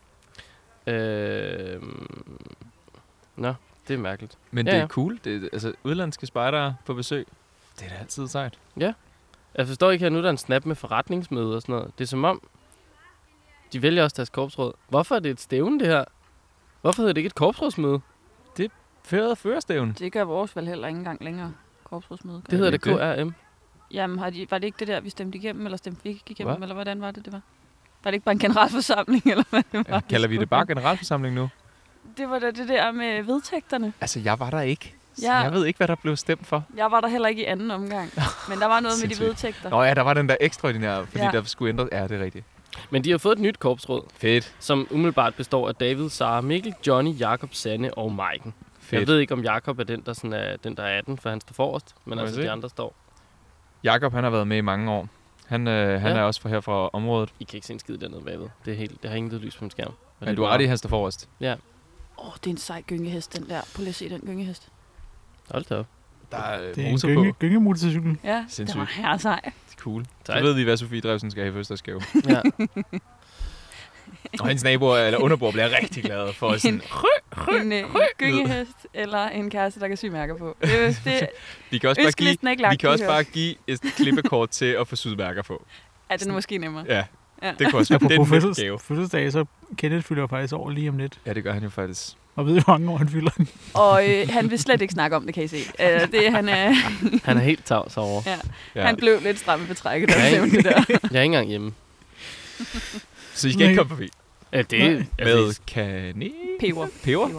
Nå, det er mærkeligt. Men det er cool. Det er, altså, udlandske spejdere på besøg. Det er da altid sejt. Ja. Jeg forstår ikke, at nu der er en snap med forretningsmøde og sådan noget. Det er som om, de vælger også deres korpsråd. Hvorfor er det et stævne, det her? Hvorfor hedder det ikke et korpsrådsmøde? Det er førerstævne. Det gør vores vel heller ikke engang længere. Korpsrådsmøde. Det hedder det KRM. Jamen, var det ikke det der, vi stemte igennem, eller stemte vi ikke igennem, eller hvordan var det var? Var det ikke bare en generalforsamling, eller hvad det var? Kalder vi det bare generalforsamling nu? Det var da det der med vedtægterne. Altså, jeg var der ikke. Jeg ved ikke, hvad der blev stemt for. Jeg var der heller ikke i anden omgang. Men der var noget med de vedtægter. Nå ja, der var den der ekstraordinære, fordi der skulle ændres. Ja, det er rigtigt. Men de har fået et nyt korpsråd. Fedt. Som umiddelbart består af David, Sara, Mikkel, Johnny, Jakob, Sanne og Maiken. Fedt. Jeg ved ikke, om Jakob er den, der, sådan er, den, der er 18, for han står forrest. Men altså de andre står. Jakob, han har været med i mange år. Han er også her fra området. I kan ikke se en skid dernede bagved. Det har ingen lys på en skærm. Men du er ret i, han står forrest. Ja. Det er en sej gyngehest, den der. Prøv lige at se den gyngehest. Hold da op. Der er det er en gyngemotorcykel. Ja, sindssygt. Det var her sej. Det er cool. Så ved vi, hvad Sofie Drevsen skal have i fødselsdagsgave. Ja. Og hendes naboer eller underbord bliver rigtig glade for sådan en gyngehest eller en kæreste, der kan syge mærker på. Vi kan også bare give et klippekort til at få sydmærker på. Ja, det er måske nemmere. Ja. Det kunne også være på fødselsdag, så Kenneth fylder faktisk over lige om lidt. Ja, det gør han jo faktisk. Og ved, hvor mange år han fylder. Og han vil slet ikke snakke om det, kan I se. Han er helt tavs over. Ja. Han blev lidt stram i betrækket, da han det der. Jeg er ikke engang hjemme. Så I skal ikke komme forbi? Ja, det med kanel? Peber.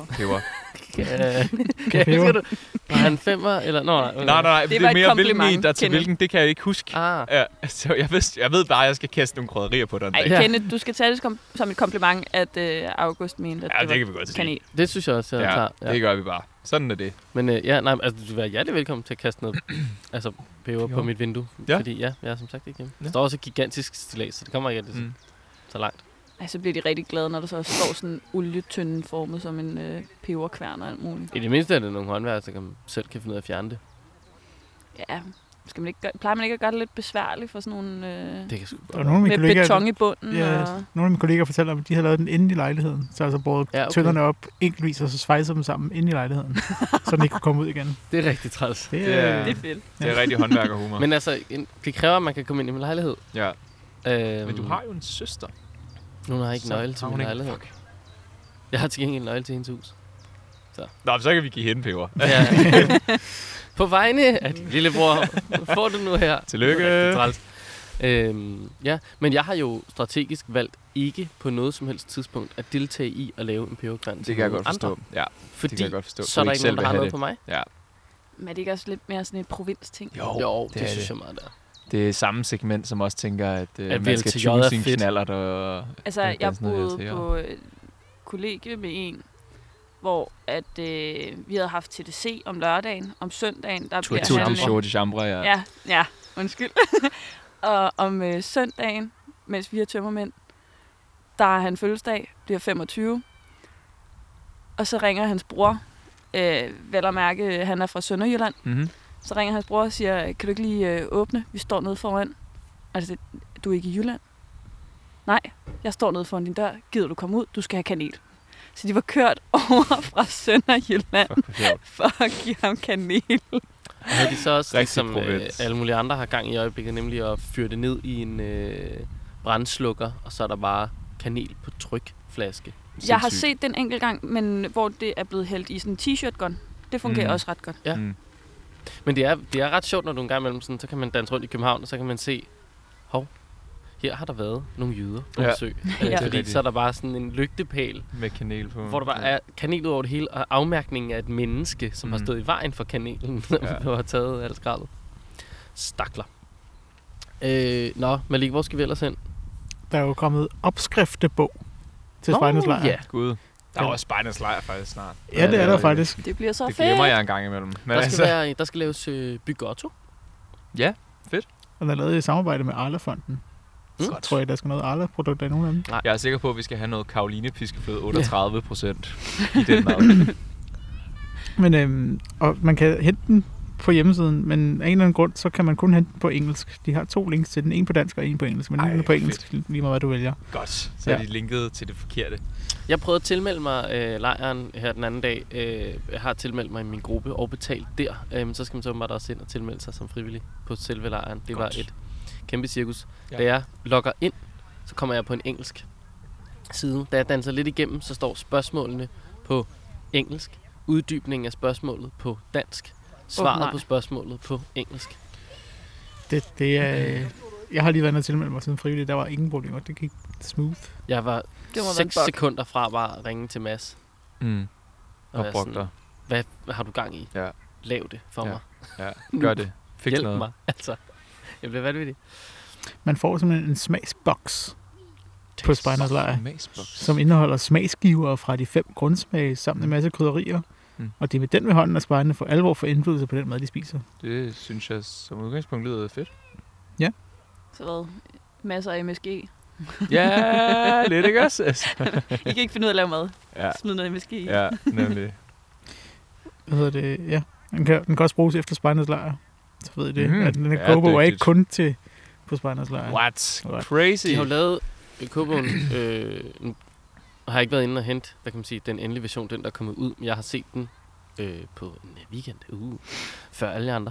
Var han 5'er? Eller? Nej. Det er mere hvilken der til hvilken, det kan jeg ikke huske. Ja, så jeg ved bare, at jeg skal kaste nogle krydderier på dig. Ej, Kenneth, du skal tage det som et kompliment, at August mente, at det kan vi godt kanel. Det synes jeg også, jeg tager. Ja, det gør vi bare. Sådan er det. Men du vil være hjertelig velkommen til at kaste noget peber på mit vindue. Ja. Fordi jeg er som sagt ikke hjemme. Der står også et gigantisk stillads, så det kommer ikke altid så langt. Ej, så bliver de rigtig glade, når der så står sådan olietønden formet som en peberkværn og alt muligt. I det mindste er det nogle håndværker, der selv kan finde ud af at fjerne det. Ja, plejer man ikke at gøre det lidt besværligt for sådan nogle det kan der er nogle med beton i bunden? Ja, nogle af mine kolleger fortæller, at de har lavet den inde i lejligheden. Så altså båret tønderne op enkeltvis, og så svejser dem sammen inde i lejligheden, så den ikke kan komme ud igen. Det er rigtig træls. Det er fedt. Det er rigtig håndværkerhumor. Men altså, det kræver, at man kan komme ind i min lejlighed. Ja. Men du har jo en søster. Hun har ikke nøgle til min lejlighed. Jeg har til gengæld nøgle til hendes hus. Så kan vi give hende peber. Ja. På vegne af din lillebror får du nu her. Tillykke. Men jeg har jo strategisk valgt ikke på noget som helst tidspunkt at deltage i at lave en peberkværn. Det kan jeg godt forstå. Ja, fordi det kan jeg godt forstå. så er der ikke nogen, der har noget på mig. Ja. Men er det ikke også lidt mere sådan et provinsting? Jo, det synes jeg meget der. Det er samme segment, som også tænker, at man skal tune sin knallert og... Altså, jeg boede på kollegie med en, hvor at vi havde haft TDC om lørdagen, om søndagen, der bliver han... Tour de chambre, ja. Ja, undskyld. Og om søndagen, mens vi er tømmermænd, der er han fødselsdag, bliver 25. Og så ringer hans bror, vel at mærke, han er fra Sønderjylland. Mm-hmm. Så ringer hans bror og siger, kan du ikke lige åbne? Vi står nede foran. Altså, du er ikke i Jylland? Nej, jeg står nede foran din dør. Gider du komme ud? Du skal have kanel. Så de var kørt over fra Sønderjylland for at give ham kanel. Og havde de så også, som alle mulige andre har gang i øjeblikket, nemlig at fyre det ned i en brandslukker, og så er der bare kanel på trykflaske. Jeg har set den enkelt gang, men hvor det er blevet hældt i sådan en t-shirt-gun. Det fungerer også ret godt. Ja. Men det er ret sjovt, når du en gang imellem sådan, så kan man danse rundt i København, og så kan man se, her har der været nogle jyder på besøg. Fordi så er der bare sådan en lygtepæl med kanel på. Hvor der bare er kanel ud over det hele, og afmærkningen af et menneske, som har stået i vejen for kanelen, og har taget alt skraldet. Stakler. Malik, hvor skal vi ellers hen? Der er jo kommet opskriftebog til Spejdernes Lejr. Ja. Gud. Der er også Spejdernes Lejr faktisk snart. Ja, det er der faktisk. Det bliver så fedt. Det glemmer jeg en gang imellem. Men Der skal laves Bygotto. Ja, fedt. Og den er lavet i samarbejde med Arla-fonden. Så tror jeg, der skal noget Arla-produkter i nogle af dem. Nej. Jeg er sikker på, at vi skal have noget Karoline piskefløde 38% i den mad. Men og man kan hente den på hjemmesiden, men af en eller anden grund, så kan man kun hente den på engelsk. De har 2 links til den, en på dansk og en på engelsk, men den er på engelsk, lige meget hvad du vælger. Godt, så er de linket til det forkerte. Jeg prøvede at tilmelde mig lejren her den anden dag. Jeg har tilmeldt mig i min gruppe og betalt der. Så skal man så bare også ind og tilmelde sig som frivillig på selve lejren. Det var et kæmpe cirkus. Ja. Da jeg logger ind, så kommer jeg på en engelsk side. Da jeg danser lidt igennem, så står spørgsmålene på engelsk. Uddybningen af spørgsmålet på dansk. Svaret på spørgsmålet på engelsk. Det er... Jeg har lige været nede til med mig siden frivillig. Der var ingen problemer. Det gik smooth. Jeg var 6 sekunder fra bare at ringe til Mads. Og sådan, hvad har du gang i? Ja. Lav det for mig. Ja, gør det. Fik Hjælp noget. mig. Altså, jeg bliver vanvittig. Man får simpelthen en smagsboks på Spejdernes Lejr, som indeholder smagsgiver fra de 5 grundsmage sammen med en masse krydderier. Og det er med den ved hånden, at spejderne for alvor får indflydelse på den mad, de spiser. Det synes jeg som udgangspunkt lyder fedt. Ja. Så hvad? Masser af MSG. Ja, lidt ikke også? I kan ikke finde ud af at lave mad. Ja. Smid noget MSG i. Ja, nemlig. Hvad hedder det? Ja. Den kan også bruges efter Spejdernes Lejr. Så ved I det. At den her kogebog er ikke kun til på Spejdernes Lejr. What? Crazy. De har jo lavet kogebogen. Har ikke været inde og hente, hvad kan man sige, den endelige version, den der er kommet ud. Men jeg har set den på en weekend, før alle andre.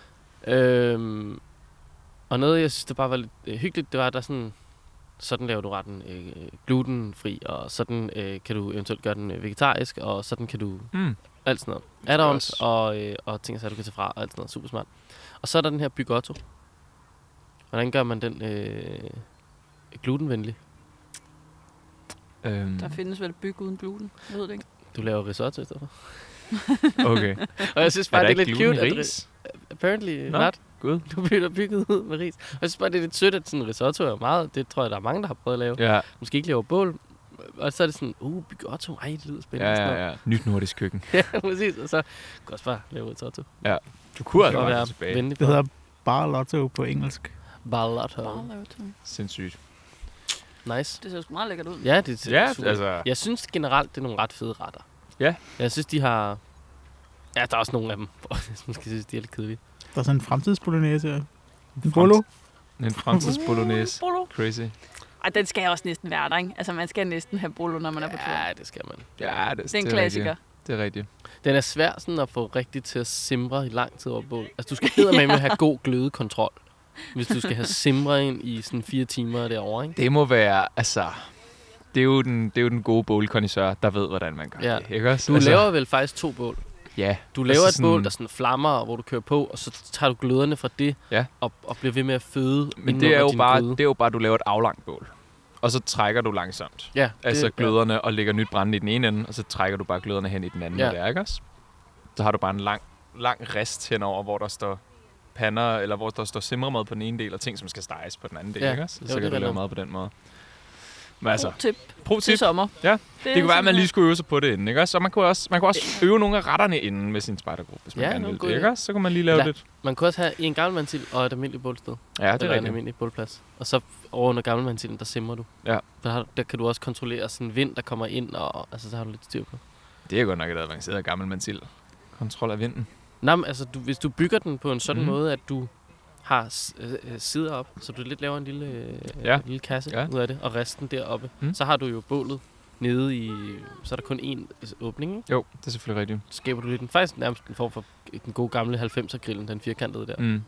Og noget, jeg synes, der bare var lidt hyggeligt, det var, at der sådan laver du retten glutenfri, og sådan kan du eventuelt gøre den vegetarisk, og sådan kan du alt sådan noget. Add-ons og ting, så du kan tage fra, og alt sådan noget. Super smart. Og så er der den her Bygotto. Hvordan gør man den glutenvenlig? Der findes vel byg uden gluten, jeg ved det ikke. Du laver risotto i stedet for. Okay. Og jeg synes bare, det er lidt cute. Ris? Apparently not. Good. Du bliver bygget ud med ris. Og jeg synes bare, det er lidt sødt, at sådan risotto er meget. Det tror jeg, der er mange, der har prøvet at lave. Ja. Måske ikke laver bål. Og så er det sådan, Bygotto, det lyder spændende. Ja. Nyt nordisk køkken. Ja, præcis. Og så kan du også bare lave risotto. Ja. Du kunne have været tilbage. Det hedder Barlotto på engelsk. Barlotto. Sindssygt. Nice. Det ser sgu meget lækkert ud. Ja, det ser super. Altså. Jeg synes generelt, det er nogle ret fede retter. Ja. Jeg synes, de har... Ja, der er også nogle af dem, hvor jeg måske synes, de er lidt kedelige. Der er sådan en fremtidsbolognese. En bolo. En fremtidsbolognese. Crazy. Ej, den skal også næsten være der, ikke? Altså, man skal næsten have bolo, når man er på tur. Ja, det skal man. Ja, det er en klassiker. Det er rigtigt. Den er svær sådan at få rigtigt til at simre i lang tid over bål. Altså, du skal eddermame have god glødekontrol, hvis du skal have simre ind i sådan 4 timer derovre, ikke? Det må være, altså... Det er jo den gode bålkondisør, der ved, hvordan man gør det, ikke også? Du laver vel faktisk 2 bål. Ja. Du laver et bål, der sådan flammer, hvor du kører på, og så tager du gløderne fra det, og bliver ved med at føde. Men det er jo bare, du laver et aflangt bål. Og så trækker du langsomt. Ja. Altså gløderne, og lægger nyt brænde i den ene ende, og så trækker du bare gløderne hen i den anden, der, ikke også? Så har du bare en lang rist henover, hvor der står pander, eller hvor der står simremad på den ene del, og ting, som skal steges på den anden del, ikke også? Så kan du lave mad på den måde. Men altså, pro tip til sommer. Ja, det kunne være, at man lige skulle øve sig på det inden, ikke også? Og man kunne også øve nogle af retterne inden med sin spejdergruppe, hvis man gerne vil det, ikke også? Så kunne man lige lave lidt. Man kunne også have en gammelmandsil og et almindeligt bålsted. Ja, det er rigtigt. En almindelig bålplads. Og så over under gammelmandsilen, der simrer du. Ja. Der kan du også kontrollere sådan vind, der kommer ind, og altså, så har du lidt styr på. Det er godt nok et avanceret gammelmandsil. Kontrol af vinden. Nej, men altså, hvis du bygger den på en sådan måde, at du har sider op, så du lidt laver en lille kasse ud af det, og resten deroppe. Så har du jo bålet nede i... Så er der kun én åbning, ikke? Jo, det er selvfølgelig rigtigt. Så skaber du lidt faktisk nærmest en form for den gode gamle 90'er-grillen, den firkantede der. Det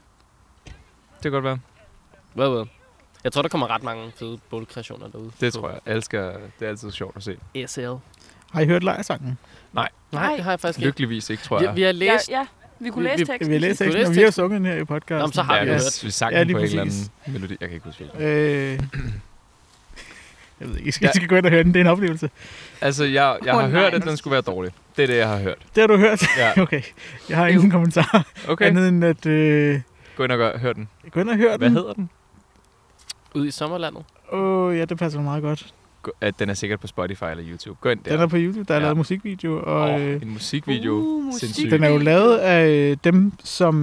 kan godt være. Well. Jeg tror, der kommer ret mange fede bålkreationer derude. Det tror jeg. Det er altid sjovt at se. SL. Har I hørt lejrsangen? Nej, det har jeg faktisk ikke. Lykkeligvis ikke, tror jeg. Vi har læst... Ja. Vi kunne læse teksten. Vi har læst teksten, og vi har sunget den her i podcasten. Jamen, så har vi hørt. Vi sang den på en eller anden melodi. Jeg kan ikke huske jeg ved ikke, I skal gå ind og høre den. Det er en oplevelse. Altså, jeg har hørt, at den skulle være dårlig. Det er det, jeg har hørt. Det har du hørt? Ja. Okay. Jeg har ingen kommentar. Okay. Andet end at... Gå ind og hør den. Gå ind og hør den. Hvad hedder den? Ude i sommerlandet? Ja, det passer meget godt. Den er sikkert på Spotify eller YouTube. Gå ind der. Den er på YouTube, der er lavet musikvideo. Og, en musikvideo. Sindssygt. Den er jo lavet af dem, som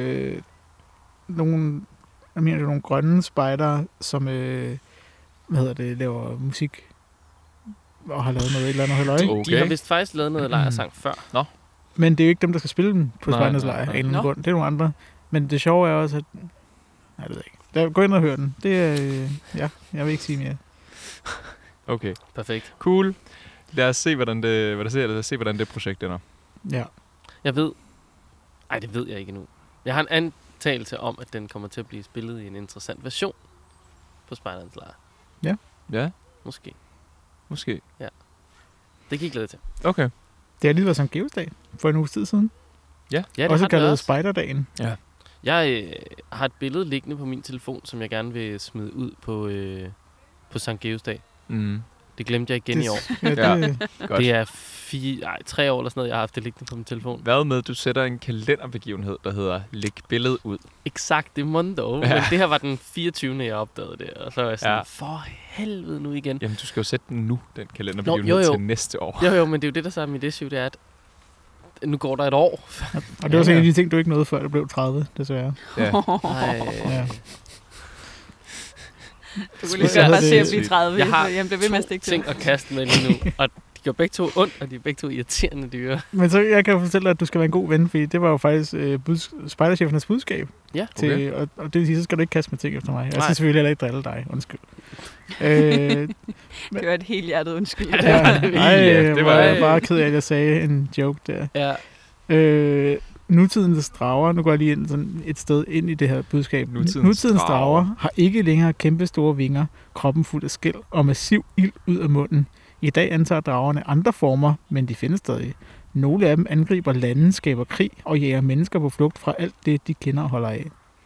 nogle grønne spejdere, som laver musik og har lavet noget et eller andet halløj. De har vist faktisk lavet noget lejrsang før. Nå. Men det er jo ikke dem, der skal spille den på Spejdernes Lejr af en eller anden grund. Det er nogle andre. Men det sjove er også, at... Jeg ved ikke. Gå ind og hør den. Det er... jeg vil ikke sige mere. Okay. Perfekt. Cool. Lad os se, hvordan det projekt ender. Ja. Jeg ved... Ej, det ved jeg ikke nu. Jeg har en antagelse om, at den kommer til at blive spillet i en interessant version på Spejdernes Lejr. Ja. Ja. Måske. Ja. Det kan I glæde til. Okay. Det har lige været Sankt Georgsdag for en uges tid siden. Ja, det også har kaldet Spejderdagen. Ja. Jeg har et billede liggende på min telefon, som jeg gerne vil smide ud på Sankt Georgsdag. Mm. Det glemte jeg igen i år. Det er 3 år eller sådan noget, jeg har haft det liggende på min telefon. Hvad med, du sætter en kalenderbegivenhed, der hedder Læg billedet ud? Exakt, det er Mondo. Men det her var den 24. jeg opdagede det. Og så var jeg sådan, for helvede nu igen. Jamen, du skal jo sætte den nu, den kalenderbegivenhed, til næste år. Jo, men det er jo det, der så er mit issue, det er, at nu går der et år. Og det var så en af de ting, du ikke nåede, før det blev 30, desværre. Ja. Ja. Du kunne lige bare se at blive 30. Jeg har ting at kaste med lige nu, og de gør begge to ondt, og de er begge to irriterende dyre. Men så jeg kan jo fortælle dig, at du skal være en god ven, fordi det var jo faktisk spejderchefernes budskab. Ja, okay. Og det vil sige, så skal du ikke kaste med ting efter mig. Jeg skal selvfølgelig heller ikke drille dig. Undskyld. Det var et helt hjertet undskyld. Det var jeg bare ked af, at jeg sagde en joke der. Ja. Nutidens drager, nu går jeg lige ind sådan et sted ind i det her budskab. Nutidens drager har ikke længere kæmpe store vinger, kroppen fuld af skæl og massiv ild ud af munden. I dag antager dragerne andre former, men de findes stadig. Nogle af dem angriber lande, skaber krig og jager mennesker på flugt fra alt det, de kender og holder af.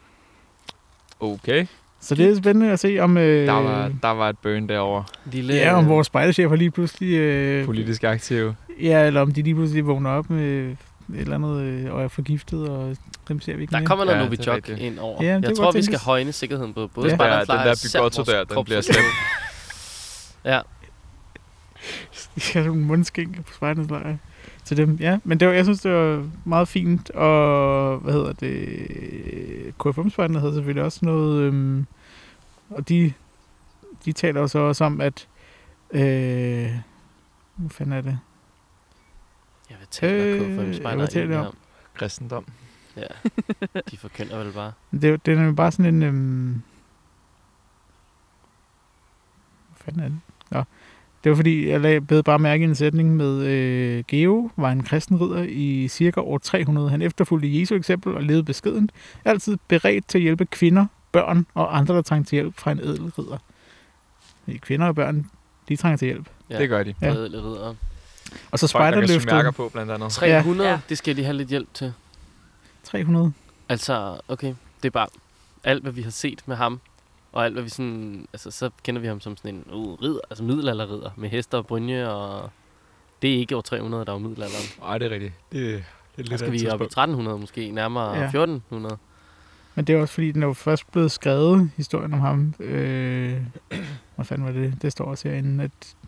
Okay. Så det er spændende at se, om... Der var et burn derovre. Ja, om vores spejderchefer lige pludselig... politisk aktive. Ja, eller om de lige pludselig vågner op med... et eller andet og er forgiftet, og dem ser vi ikke der mere. kommer noget Novichok ind over. Ja, jeg tror, vi skal højne sikkerheden på både Spejdernes Lejr og Bygotto der, den bliver slemt. Ja. De skal have nogle mundskænke på Spejdernes Lejr til dem. Ja, men det var, jeg synes, det var meget fint, og KFM-spejderne havde selvfølgelig også noget, og de taler jo så også om, at hvad fanden er det? Jeg vil tale KFM-spejdere om kristendom. Ja, de forkynder vel bare. Det er jo bare sådan en... hvad fanden er det? Nå. Det var fordi, jeg bed bare mærke en sætning med Geo, var en kristen ridder i cirka år 300. Han efterfulgte Jesu eksempel og levede beskedent. Altid beredt til at hjælpe kvinder, børn og andre, der trængte til hjælp fra en ædel ridder. Kvinder og børn, de trænger til hjælp. Ja, det gør de. Ja. Ædle riddere. Og så spejderløftet. Mærker på, blandt andet. 300, det skal de have lidt hjælp til. 300? Altså, okay, det er bare alt, hvad vi har set med ham. Og alt, hvad vi sådan... Altså, så kender vi ham som sådan en ridder, altså middelalderridder med hester og brynje, og det er ikke år 300, der var middelalderen. Nej, det er rigtigt. Det er lidt der skal vi op i 1300 måske, nærmere 1400. Men det er også fordi, den er jo først blevet skrevet, historien om ham. Hvad fanden var det? Det står også herinde, at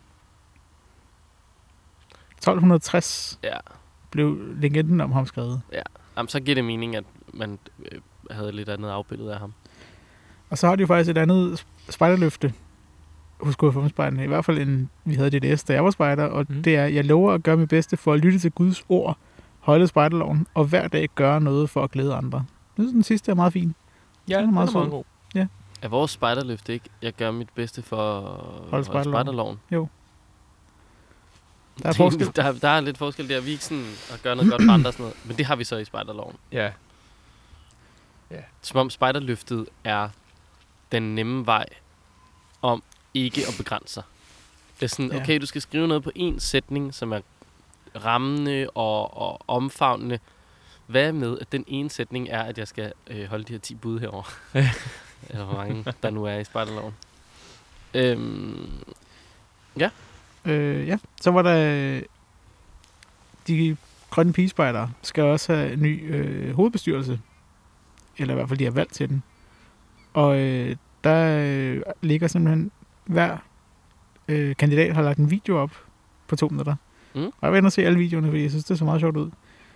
1260 blev legenden om ham skrevet. Ja, jamen, så giver det mening, at man havde lidt andet afbillede af ham. Og så har de jo faktisk et andet spejderløfte hos KFM-spejderne, i hvert fald end vi havde DDS, da jeg var spejder, og det er, jeg lover at gøre mit bedste for at lytte til Guds ord, holde spejderloven, og hver dag gøre noget for at glæde andre. Jeg synes, den sidste er meget fin. Ja, den er meget god. Ja. Er vores spejderløfte ikke, jeg gør mit bedste for at holde spejderloven? Jo. Der er forskel. Der er lidt forskel der. Vi er ikke sådan at gøre noget godt for andre og sådan noget, men det har vi så i spejderloven. Ja. Som om spejderløftet er den nemme vej om ikke at begrænse sig. Det er sådan, okay, du skal skrive noget på en sætning, som er rammende og omfavnende. Hvad med, at den ene sætning er, at jeg skal holde de her 10 bud herovre? Eller hvor mange der nu er i spejderloven. Ja, så var der de grønne pigespejdere skal også have en ny hovedbestyrelse. Eller i hvert fald, de har valgt til den. Og der ligger simpelthen hver kandidat har lagt en video op på 2 minutter. Og jeg vil inde og se alle videoerne, fordi jeg synes, det så meget sjovt ud.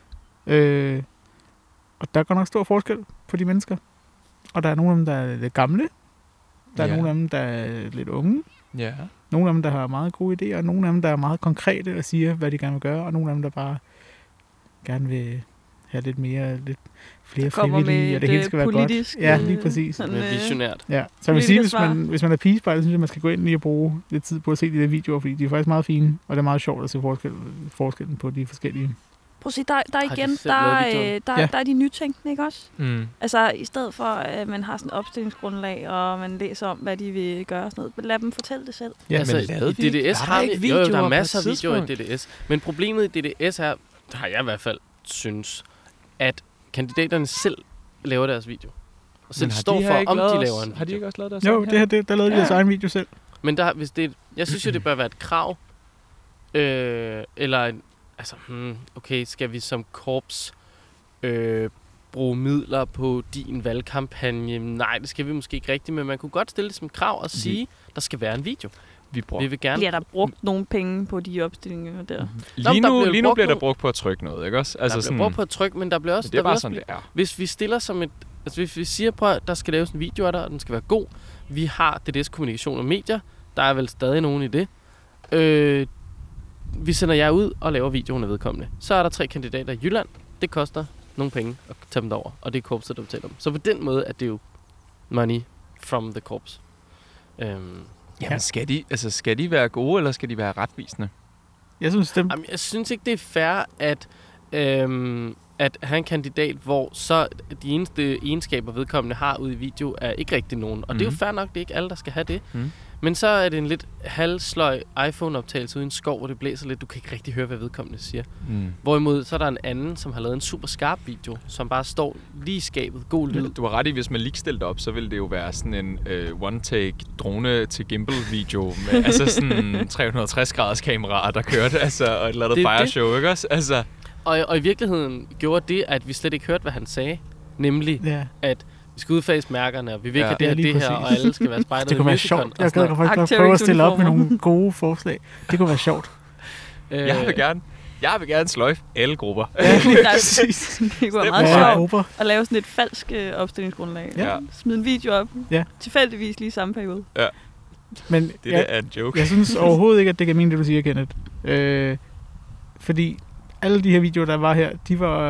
Og der går nok stor forskel på de mennesker. Og der er nogle af dem, der er lidt gamle. Der er nogle af dem, der er lidt unge. Ja. Nogle af dem, der har meget gode idéer. Og nogle af dem, der er meget konkrete og siger, hvad de gerne vil gøre. Og nogle af dem, der bare gerne vil have lidt flere frivillige, og det hele skal være godt. Ja, lige præcis. Sådan, visionært. Ja, så jeg vil sige, hvis man er pigespejl, synes jeg, man skal gå ind lige og bruge lidt tid på at se de der videoer, fordi de er faktisk meget fine, og det er meget sjovt at se forskellen på de forskellige. Prøv at se, der igen, der er de nytænkende, ikke også? Altså, i stedet for, at man har sådan et opstillingsgrundlag, og man læser om, hvad de vil gøre og sådan noget, lad dem fortælle det selv. Ja, altså, i DDS har vi videoer, der er masser af videoer i DDS, men problemet i DDS er, har jeg i hvert fald synes, at kandidaterne selv laver deres video. Og selv står for, om de laver en video. Har de ikke også lavet deres Jo, der lavede de deres egen video selv. Men hvis jeg synes jo, det bør være et krav, eller okay, skal vi som korps bruge midler på din valgkampagne? Nej, det skal vi måske ikke rigtigt, men man kunne godt stille det som krav og sige, der skal være en video. Vi vil gerne. Bliver der brugt nogle penge på de opstillinger der? Lige nu bliver der brugt på at trykke noget, ikke også? Altså der bliver brugt på at trykke, men der bliver også... Det er bare sådan, det er. Hvis vi stiller som et... Altså hvis vi siger på, at der skal laves en video af dig, og den skal være god. Vi har DDS Kommunikation og Medier. Der er vel stadig nogen i det. Vi sender jer ud og laver videoen af vedkommende. Så er der 3 kandidater i Jylland. Det koster nogle penge at tage dem derover, og det er korpset, der betaler dem. Så på den måde er det jo money from the korps. Jamen, skal de være gode, eller skal de være retvisende? Jeg synes ikke, det er fair, at have en kandidat, hvor så de eneste egenskaber, vedkommende har ude i video, er ikke rigtig nogen. Og det er jo fair nok, det er ikke alle, der skal have det. Men så er det en lidt halvsløj iPhone-optagelse uden en skov, hvor det blæser lidt. Du kan ikke rigtig høre, hvad vedkommende siger. Hvorimod så er der en anden, som har lavet en super skarp video, som bare står lige i skabet. God lyd. Du har ret i, hvis man lige stiller op, så vil det jo være sådan en one-take drone til gimbal-video med altså sådan 360 graders kameraer, der kørte, altså, og et eller andet fireshow, ikke også? Altså. Og i virkeligheden gjorde det, at vi slet ikke hørte, hvad han sagde. Nemlig, at vi skal udfase mærkerne, og vi vil ikke have det her, og alle skal være spejdet. Det kunne være sjovt. Jeg gad faktisk prøve at stille op med nogle gode forslag. Det kunne være sjovt. Jeg vil gerne sløjfe alle grupper. Det kunne være meget sjovt at lave sådan et falsk opstillingsgrundlag. Smide en video op. Tilfældigvis lige i samme periode. Ja. Men det er en joke. Jeg synes overhovedet ikke, at det kan mene det, du siger, Kenneth. Fordi alle de her videoer, der var her,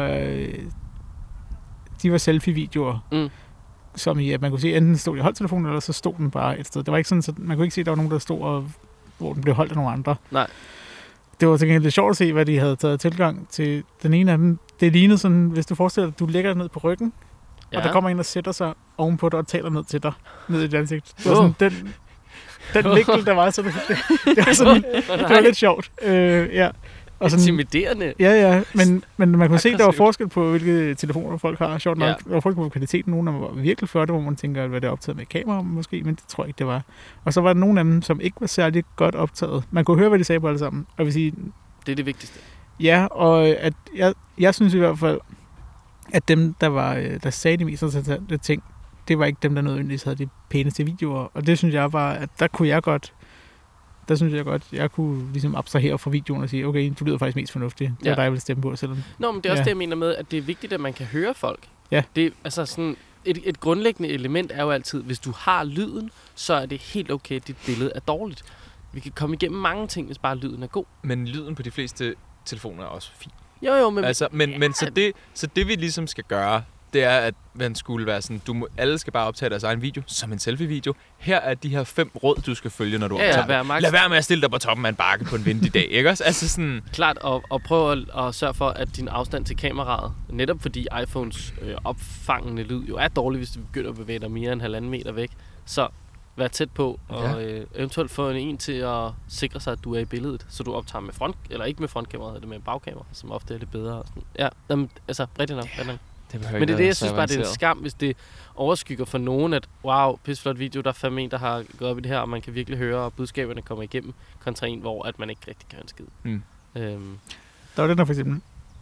de var selfie-videoer. Som i, at man kunne se, enten stod i holdtelefonen, eller så stod den bare et sted. Det var ikke sådan, så man kunne ikke se, at der var nogen, der stod, hvor den blev holdt af nogle andre. Nej. Det var til gengæld lidt sjovt at se, hvad de havde taget tilgang til. Den ene af dem, det lignede sådan, hvis du forestiller dig, at du lægger dig ned på ryggen, og der kommer en, der sætter sig ovenpå dig og taler ned til dig, ned i dit ansigt. Det var sådan den vinkel, der var, så det var sådan, det var lidt sjovt. Og sådan, intimiderende. Ja, men man kunne se, der var forskel på, hvilke telefoner folk har. Sjovt nok, der var forskel på kvaliteten. Nogle af dem var virkelig flotte, hvor man tænker, at det er optaget med kamera måske, men det tror jeg ikke, det var. Og så var der nogle af dem, som ikke var særlig godt optaget. Man kunne høre, hvad de sagde på alle sammen. Og vil sige, det er det vigtigste. Ja, og at jeg synes i hvert fald, at dem, der sagde de mest interessante ting, det var ikke dem, der nødvendigvis havde de pæneste videoer. Og det synes jeg var, at der synes jeg godt, jeg kunne ligesom abstrahere fra videoen og sige, okay, du lyder faktisk mest fornuftig. Det er dig, jeg vil stemme på. Selvom. Nå, men det er også det, jeg mener med, at det er vigtigt, at man kan høre folk. Ja. Det er, altså sådan, et grundlæggende element er jo altid, hvis du har lyden, så er det helt okay, at dit billede er dårligt. Vi kan komme igennem mange ting, hvis bare lyden er god. Men lyden på de fleste telefoner er også fin. Jo, men... Altså, men så det vi ligesom skal gøre, det er, at man skulle være sådan, alle skal bare optage deres egen video, som en selfie-video. Her er de her 5 råd, du skal følge, når du optager. Lad være med at stille dig på toppen af en bakke på en vindig dag, ikke også? Altså sådan... Klart, og prøv at sørge for, at din afstand til kameraet, netop fordi iPhones opfangende lyd jo er dårlig, hvis du begynder at bevæge dig mere end 1,5 meter væk. Så vær tæt på, og eventuelt få en til at sikre sig, at du er i billedet, så du optager med front, eller ikke med frontkameraet, eller med bagkamera, som ofte er lidt bedre. Og sådan. Ja, altså bredt nok. Men det er det, jeg synes bare, det er en skam, hvis det overskygger for nogen, at wow, pisseflot video, der er fandme en, der har gået op i det her, og man kan virkelig høre, og budskaberne kommer igennem, kontra en, hvor at man ikke rigtig kan høre en skid. Der var den der for eksempel,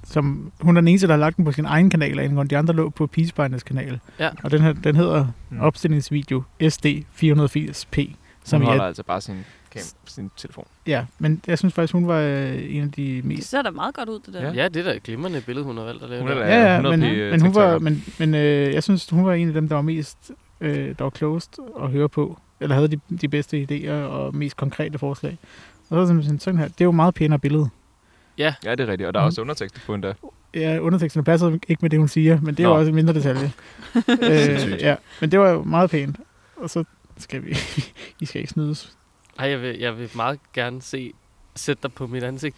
som hun er den eneste, der har lagt den på sin egen kanal, og de andre lå på Peacebinders kanal. Ja. Og den hedder opstillingsvideo SD480p. Som holder altså bare sin telefon. Ja, men jeg synes faktisk, hun var en af de mest... Det ser da meget godt ud, det der. Ja, det er da et glimrende billede, hun har valgt at lave. Men hun var... Men jeg synes, hun var en af dem, der var mest... der var klogest at høre på. Eller havde de bedste idéer og mest konkrete forslag. Og så sådan her. Det er jo meget pænere billede. Ja, det er rigtigt. Og der er også undertekster på endda. Ja, underteksterne passer ikke med det, hun siger, men det er jo også en mindre detalje. Ja, men det var jo meget pænt. Og så skal vi... I skal ikke snydes. Ej, jeg vil meget gerne sætte dig på mit ansigt.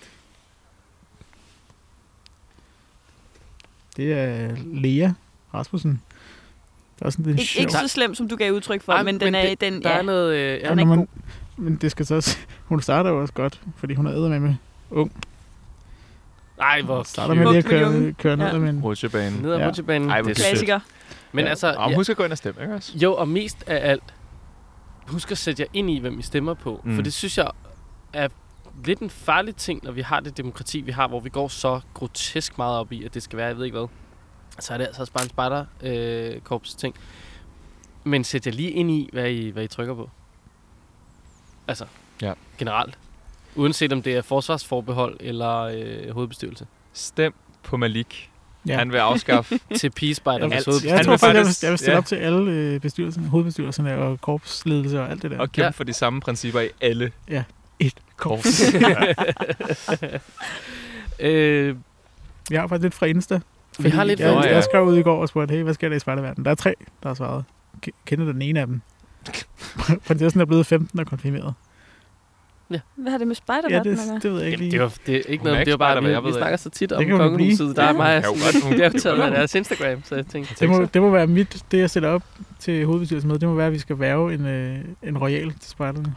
Det er Lea Rasmussen. Der er sådan ikke så slemt, som du gav udtryk for, men den er... Der er noget... den er god. Men det skal så også... Hun starter jo også godt, fordi hun er eddermame ung. Ej, hvor starter med lige at køre ned med en... Rutsjebanen. Ned ad rutsjebanen. Ej, det er klassiker. Men altså... Husk at gå ind og stemme, ikke også? Jo, og mest af alt, husk at sætte jer ind i, hvem I stemmer på. For det synes jeg er lidt en farlig ting, når vi har det demokrati, vi har, hvor vi går så grotesk meget op i, at det skal være, jeg ved ikke hvad. Så er det altså også bare en spejderkorps ting. Men sæt jer lige ind i, hvad I trykker på. Altså, generelt. Uanset om det er forsvarsforbehold eller hovedbestyrelse. Stem på Malik. Ja. Han vil afskaffe til Peacebinders hovedbestyrelse. Jeg tror faktisk, jeg vil stille op til alle hovedbestyrelserne og korpsledelse og alt det der. Og kæmpe for de samme principper i alle. Ja, et korps. Vi har faktisk lidt fra Insta. Vi har lidt jeg skrev ud i går og spurgte, hey, hvad sker der i spejderverdenen? Der er 3, der har svaret. Kender den ene af dem? Prinsessen er blevet 15 og konfirmeret. Ja. Hvad har det med spejderverdenen? Det ved jeg ikke lige. Det er ikke noget, det er bare, vi snakker så tit om kongehuset. Der er mig optaget af deres Instagram, så jeg tænkte... Det må være det jeg sætter op til hovedbestyrelsesmødet, det må være, at vi skal værve en royal til spejderne.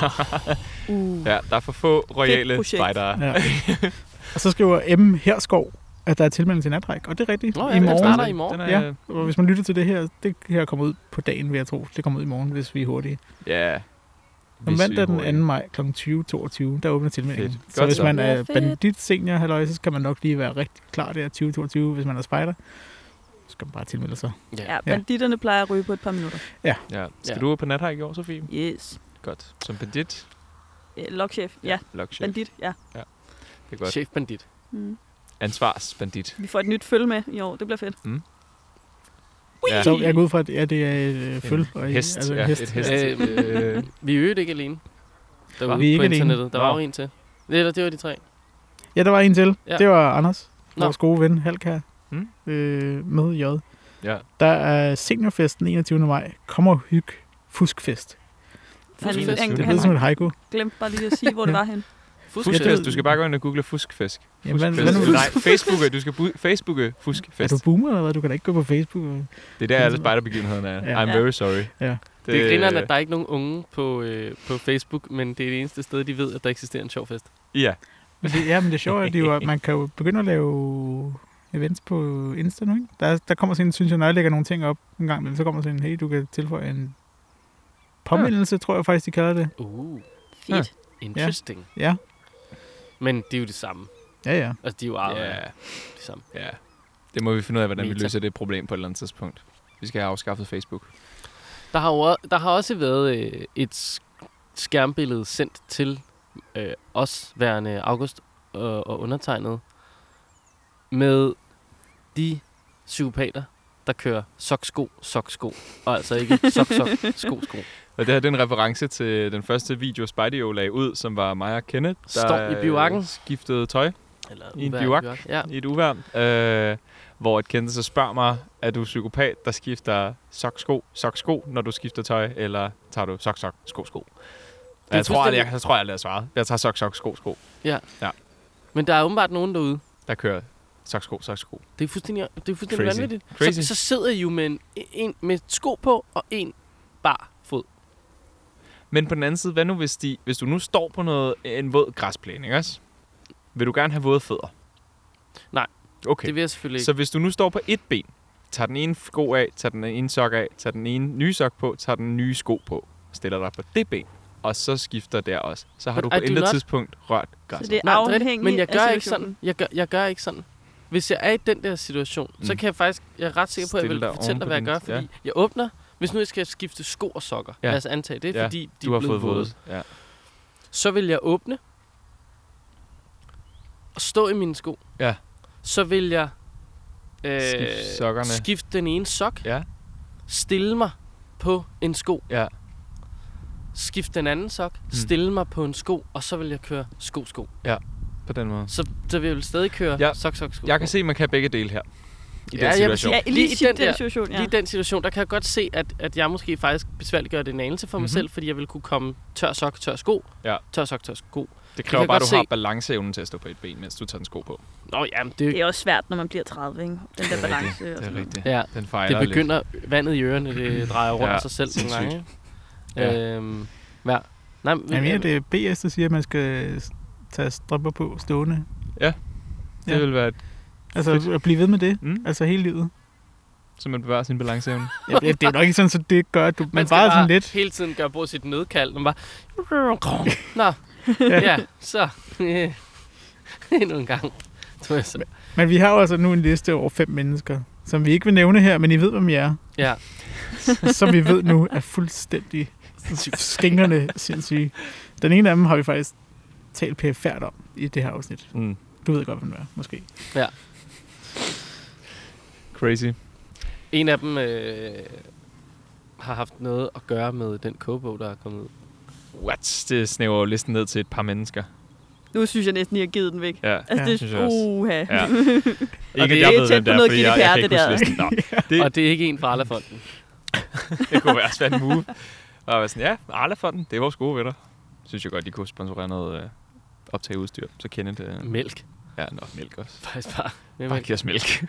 Ja, der er for få royale spejdere. Ja. Og så skriver M. Herskov, at der er tilmelding til natræk, og det er rigtigt. I morgen. Starter i morgen. Ja, og hvis man lytter til det her kommer ud på dagen, vil jeg tro. Det kommer ud i morgen, hvis vi er hurtige. Ja. Om mandag den 2. maj kl. 20.22, der åbner tilmeldingen. Så hvis man er bandit senior, halløj, så skal man nok lige være rigtig klar der 2022. Hvis man er spejder, så skal man bare tilmelde sig. Ja, banditterne plejer at ryge på et par minutter. Ja. Skal du på nathike i år, Sofie? Yes. Godt. Som bandit? Lokchef, ja. Lokchef. Bandit, ja. Det er godt. Chef-bandit. Ansvarsbandit. Vi får et nyt følge med i år, det bliver fedt. Ja. Så jeg går ud fra, at det er et følge. Hest. Altså, et hest. Vi øvede ikke alene. Derude vi på ikke internettet. Alene. Der var jo en til. Det var de 3. Ja, der var en til. Ja. Det var Anders. Vores gode ven, Halkær. Med J. Ja. Der er seniorfesten 21. maj. Kom og hyg fuskfest. Fuskfest? Det lyder som et haiku. Glemte bare lige at sige, hvor det var hen. Fuskfest. Du skal bare gå ind og google fuskfest. Nej, Facebook. Du skal Facebooke fuskfest. Er du boomer eller hvad? Du kan da ikke gå på Facebook. Det er der alle spejderbegivenhederne er. I'm very sorry. Ja. Det er grineren, at der er ikke nogen unge på Facebook, men det er det eneste sted, de ved, at der eksisterer en sjov fest. Ja. Men det sjove er, at man kan jo begynde at lave events på Insta nu, ikke? Der kommer sådan, synes jeg, når jeg lægger nogle ting op en gang, men så kommer sådan, hey, du kan tilføje en påmindelse, tror jeg faktisk, de kalder det. Fedt. Interesting. Ja. Men det er jo det samme. Ja. Altså, de er jo ejet det samme. Ja. Det må vi finde ud af, hvordan vi løser det problem på et eller andet tidspunkt. Vi skal have afskaffet Facebook. Der har også været et skærmbillede sendt til os, værende August og undertegnet, med de psykopater, der kører sok-sko, og altså ikke sok-sko. Og det her det er en reference til den første video, Spidey lagde ud, som var mig og Kenneth, der i bivakken skiftede tøj i en bivak i et uvejr. Hvor et Kenneth så spørger mig, er du psykopat, der skifter sok-sko, når du skifter tøj, eller tager du sok-sko? Jeg tror aldrig, jeg har svaret. Jeg tager sok-sko. Ja. Men der er åbenbart nogen derude, der kører sok-sko. Det er fuldstændig vanvittigt. Så sidder I jo med en med sko på, og en bar fod. Men på den anden side, hvad nu hvis du nu står på en våd græsplæne, ikke også? Vil du gerne have våde fødder? Nej, okay. Det vil jeg selvfølgelig ikke. Så hvis du nu står på et ben, tager den ene sko af, tager den ene sok af, tager den ene nye sok på, tager den nye sko på, stiller dig på det ben, og så skifter der også. Så har du på intet tidspunkt rørt græsset. Så det er afhængigt. Men jeg gør ikke sådan. Jeg gør ikke sådan. hvis jeg er i den der situation, så kan jeg er ret sikker på, at jeg vil fortælle dig, hvad jeg gør, fordi jeg åbner, hvis nu jeg skal skifte sko og sokker, lad os antage det, fordi de er blevet våde. Ja. Så vil jeg åbne, og stå i mine sko. Ja. Så vil jeg skifte den ene sok, stille mig på en sko, skifte den anden sok, stille mig på en sko, og så vil jeg køre sko. Ja, på den måde. Så vil jeg stadig køre sok, sko. Jeg kan se, at man kan begge dele her. I den situation. Lige i den situation, der kan jeg godt se, at jeg måske faktisk besværliggør det en anelse for mig selv, fordi jeg vil kunne komme tør sok, tør sko, tør sok, tør sko. Det kræver bare, at du har balanceevnen til at stå på et ben, mens du tager den sko på. Nå, jamen, det er også svært, når man bliver 30, ikke? Den der balance. Det er rigtigt. Ja, den fejler det begynder lidt. Vandet i ørerne, det drejer rundt af sig selv nogle gange. Jeg mener, det er BS, der siger, at man skal tage strømper på stående. Ja, det vil være altså at blive ved med det, altså hele livet. Så man bevarer sin balanceevne. Det er jo nok ikke sådan, så det gør, at man bare sådan lidt. Hele tiden gør på sit nødkald, og bare... Nå, så... endnu en gang. Men vi har jo altså nu en liste over 5 mennesker, som vi ikke vil nævne her, men I ved, hvem I er. Ja. Som vi ved nu er fuldstændig skingerne sindssyge. Den ene af dem har vi faktisk talt pæfærd om i det her afsnit. Du ved godt, hvem det er, måske. Ja. Crazy. En af dem har haft noget at gøre med den kogebog, der er kommet ud. What? Det snæver jo listen ned til et par mennesker. Nu synes jeg næsten, I har givet den væk. Ja, altså, det synes jeg også. Ja. Ikke at jeg ved, hvem det er, fordi jeg kan ikke huske listen. Og det er ikke en fra Arla-fonden. Det kunne være svært en move. Og jeg var sådan, Arla-fonden, det er vores gode venner. Synes jeg godt, de kunne sponsorere noget optageudstyr. Så kender det. Mælk. Ja, mælk også. Faktisk bare. Bare giv os mælk.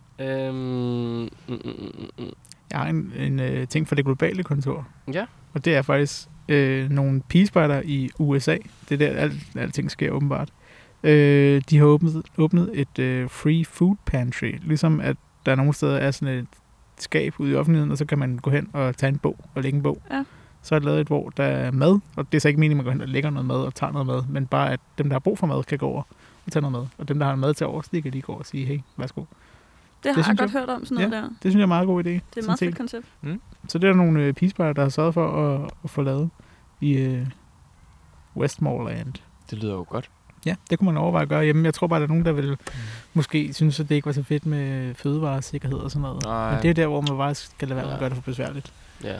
Jeg har en ting fra det globale kontor. Ja. Og det er faktisk nogle pigespejder i USA. Det er der, alting sker åbenbart. De har åbnet et free food pantry. Ligesom at der nogle steder er sådan et skab ude i offentligheden, og så kan man gå hen og tage en bog og lægge en bog. Ja. Så er der lavet et, hvor der er mad, og det er så ikke meningen, at man går hen og lægger noget mad og tager noget mad, men bare at dem, der har brug for mad, kan gå over og tage noget mad. Og dem, der har mad til overs, de kan lige gå over og sige, hey, værsgo. Det har jeg godt hørt om, sådan noget der. Det synes jeg er en meget god idé. Det er et meget fedt koncept. Så det er der nogle pigespejder, der har sørget for at få lavet i Westmoreland. Det lyder jo godt. Ja, det kunne man overveje at gøre hjemme. Jeg tror bare, der er nogen, der vil måske synes, at det ikke var så fedt med fødevaresikkerhed og sådan noget. Nej. Men det er der, hvor man bare skal lade være med at gøre det for besværligt. Ja.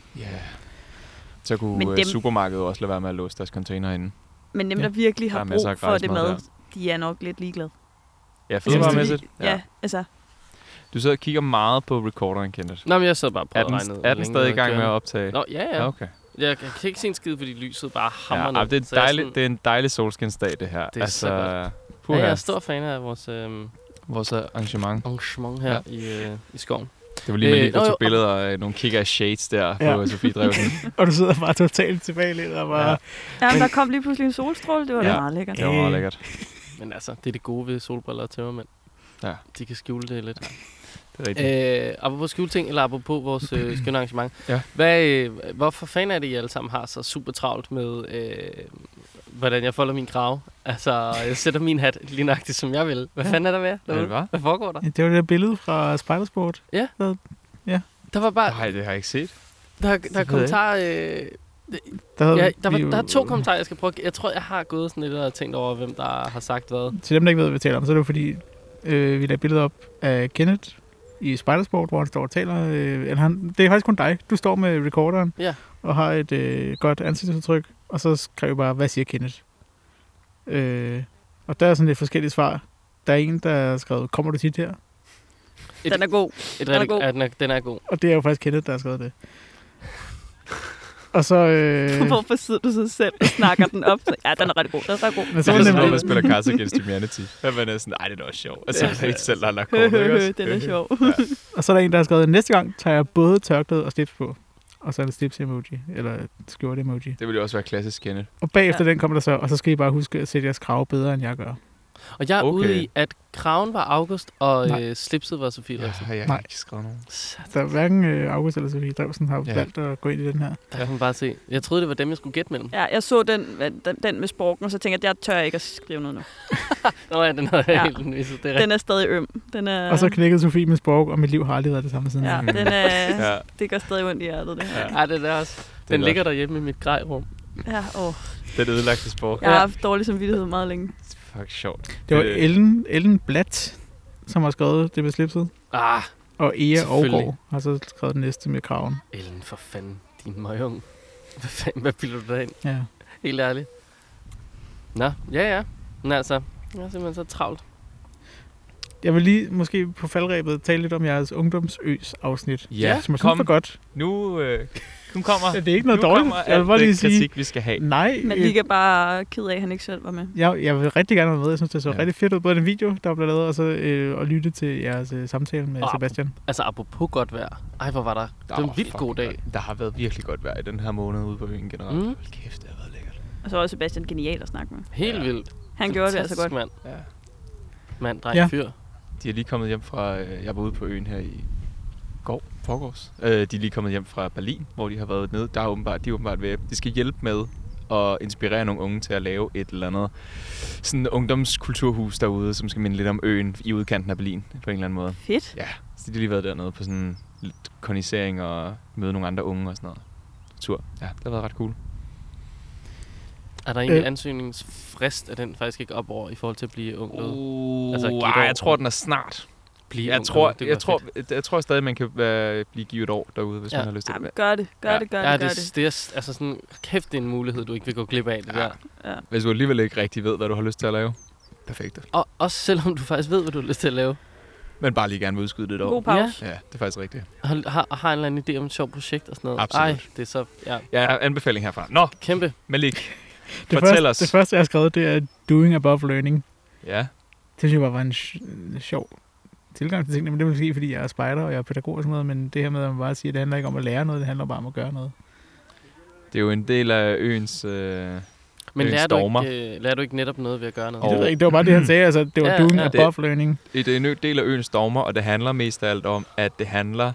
Så kunne supermarkedet også lade være med at låse deres container inde. Men dem, der virkelig har brug for det mad, de er nok lidt ligeglade. Ja, fødevaremæssigt. Ja, altså. Du sidder og kigger meget på recorderen, Kenneth. Nå, men jeg sidder bare på at regne. Er den stadig i gang med at optage? Nå, ja. Okay. Jeg kan ikke se en skid, fordi lyset bare hammer ned. Det er en dejlig solskinsdag, det her. Det er så godt. Jeg er stor fan af vores arrangement. Her i skoven. Det var lige, man lige tog billeder af nogle kick-ass shades der på Sofie Drevsen. Og du sidder bare totalt tilbage og bare... Ja, men der kom lige pludselig en solstråle. Det var meget lækkert. Det var meget lækkert. Men altså, det er det gode ved solbriller og tømmermænd. Ja. De kan skjule det lidt. Det er rigtigt. Apropos skjuleting, eller apropos vores skønne arrangement. Hvorfor fanden er det, I alle sammen har så super travlt med, hvordan jeg folder min krave? Altså, jeg sætter min hat lige nøjagtigt, som jeg vil. Hvad fanden er der med? Hvad foregår der? Det var det der billede fra Spidersport. Ja. Der var bare... Nej, det har jeg ikke set. Der er kommentarer... Der er 2 kommentarer, jeg skal prøve. Jeg tror, jeg har gået sådan lidt og tænkt over, hvem der har sagt hvad. Til dem, der ikke ved, hvad vi taler om, så er det jo fordi, vi lavede billedet op af Kenneth i Spidersport, hvor han står og taler. Det er faktisk kun dig. Du står med recorderen og har et godt ansigtsudtryk, og så skriver bare, hvad siger Kenneth? Og der er sådan lidt forskellige svar. Der er en, der har skrevet, kommer du tit her? Den er god. Den er god. Og det er jo faktisk Kenneth, der har skrevet det. Og så... Hvorfor sidder du så selv og snakker den op? Så, ja, den er ret god. Den er ret god. Men så er det sådan, når man spiller Cards Against Humanity. Men man er sådan, det er også sjovt. Altså, det er ikke selv, der har lagt kortet. Den er sjov. Og så er der en, der har skrevet, næste gang tager jeg både tørklæde og slips på. Og så er det slips-emoji, eller skjorte-emoji. Det ville jo også være klassisk Kenneth. Og bagefter den kommer der så, og så skal I bare huske at sætte jeres krav bedre, end jeg gør. Og jeg er ude i, at kraven var August, og slipset var Sofie Drewsen. Jeg har ikke skrevet nogen. Der hverken August eller Sofie Drewsen har valgt at gå ind i den her. Der kan man bare se. Jeg troede, det var dem, jeg skulle gætte mellem. Ja, jeg så den med sporken, og så tænkte jeg tør ikke at skrive noget nu. Nå ja, den er helt misset. Den er stadig øm. Og så knækkede Sofie med spork, og mit liv har aldrig været det samme siden. Ja, det går stadig ondt i hjertet, det her. Ja, det er også. Den ligger derhjemme i mit grej-rum. Ja, Den ødelagte spork. Jeg har haft dårlig samvittighed meget længe. Fuck, sjovt. Det var Ellen Blatt, som har skrevet det med slipset. Og Ea Aagaard har så skrevet den næste med kraven. Ellen, for fanden, din møgung. Hvad piller du derind? Ja. Helt ærligt. Nå, ja. Men altså, jeg er simpelthen så travlt. Jeg vil lige måske på faldrebet tale lidt om jeres ungdomsøs-afsnit. Ja, som jeg synes var godt. Nu kommer det er ikke noget dårligt. Jeg vil bare lige sige kritik, vi skal have. Nej. Men Liga bare ked af, at han ikke selv var med. Jeg vil rigtig gerne være med. Jeg synes, det så rigtig fedt ud. Både den video, der blev lavet, og så at lytte til jeres samtale med Sebastian. Altså, apropos godt vejr. Ej, hvor var der. Det var en vildt god dag. Der har været virkelig godt vejr i den her måned ude på øen generelt. Hold kæft, det har været lækkert. Og så var Sebastian genial at snakke med. Helt vildt. Han gjorde det altså godt. Mand. Ja. Mand, dreng, fyr. De er lige kommet hjem fra... Jeg var ude på øen her i forgårs. De er lige kommet hjem fra Berlin, hvor de har været nede. De er åbenbart ved... De skal hjælpe med at inspirere nogle unge til at lave et eller andet sådan ungdomskulturhus derude, som skal minde lidt om øen i udkanten af Berlin på en eller anden måde. Fedt. Ja, så de har lige været dernede på sådan lidt kondisering og møde nogle andre unge og sådan noget. Tur. Ja, det har været ret cool. Er der egentlig ansøgningsfrist, er den faktisk ikke op over i forhold til at blive ung? Jeg tror, den er snart. Jeg tror stadig, man kan blive givet et år derude, hvis man har lyst til det. Gør det. Gør det. Det er altså sådan, kæft, det er en mulighed, du ikke vil gå glip af det der. Ja. Hvis du alligevel ikke rigtig ved, hvad du har lyst til at lave. Perfekt. Og også selvom du faktisk ved, hvad du har lyst til at lave. Men bare lige gerne vil udskyde det et år. God pause. Ja, det er faktisk rigtigt. Har en eller anden idé om et sjovt projekt og sådan noget? Absolut. Ej, det er så... Ja, anbefaling herfra. Nå, kæmpe. Malik, fortæl os. Det første, jeg har skrevet, det er Doing Above Learning. Ja. Det synes jeg bare var en sjov tilgang til tingene, men det er måske, fordi jeg er spejder, og jeg er pædagog og sådan noget, men det her med at man bare sige, at det handler ikke om at lære noget, det handler bare om at gøre noget. Det er jo en del af øens men lærer du ikke netop noget ved at gøre noget? Det var bare det, han sagde, altså det var Doing Above Learning. Det er en del af øens dogmer, og det handler mest af alt om, at det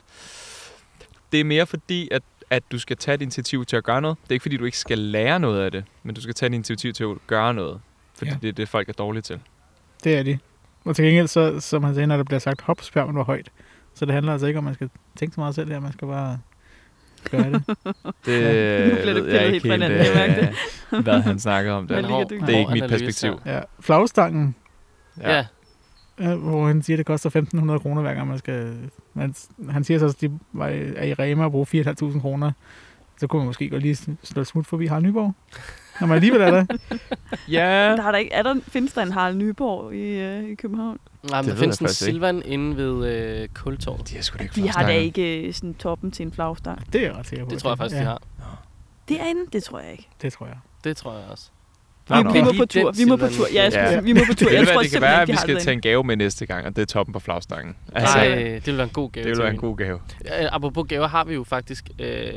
er mere fordi, at du skal tage et initiativ til at gøre noget. Det er ikke fordi, du ikke skal lære noget af det, men du skal tage et initiativ til at gøre noget. Fordi det er det, folk er dårlige til. Det er de. Og til gengæld, så, som han sagde, når der bliver sagt, hop, spærmen var højt. Så det handler altså ikke om, man skal tænke så meget selv her. Man skal bare gøre det. Det ved jeg ikke helt, hvad han snakker om. Det er ikke mit perspektiv. Ja. Flagstangen. Ja. Hvor han siger, at det koster 1.500 kroner, hver gang man skal... Han siger så, at de er i Rema og bruger 4.500 kroner. Så kunne man måske godt lige slå et smut forbi Harald Nyborg. Når man alligevel er der. Ja. Findes der en Harald Nyborg i København? Nej, men der findes en Silvan inde ved Kultorvet. De er sgu da ikke Vi har da ikke sådan toppen til en flagstang. Det er jeg ret sikker på. Det tror jeg faktisk, de har. Det er inde? Det tror jeg ikke. Det tror jeg. Det tror jeg også. Vi må på tur. Vi må på tur. Ja, vi må på tur. Jeg tror det kan være, at vi skal tage en gave med næste gang, og det er toppen på flagstangen. Altså, det vil være en god gave. Det vil være en god gave. Apropos gaver har vi jo faktisk...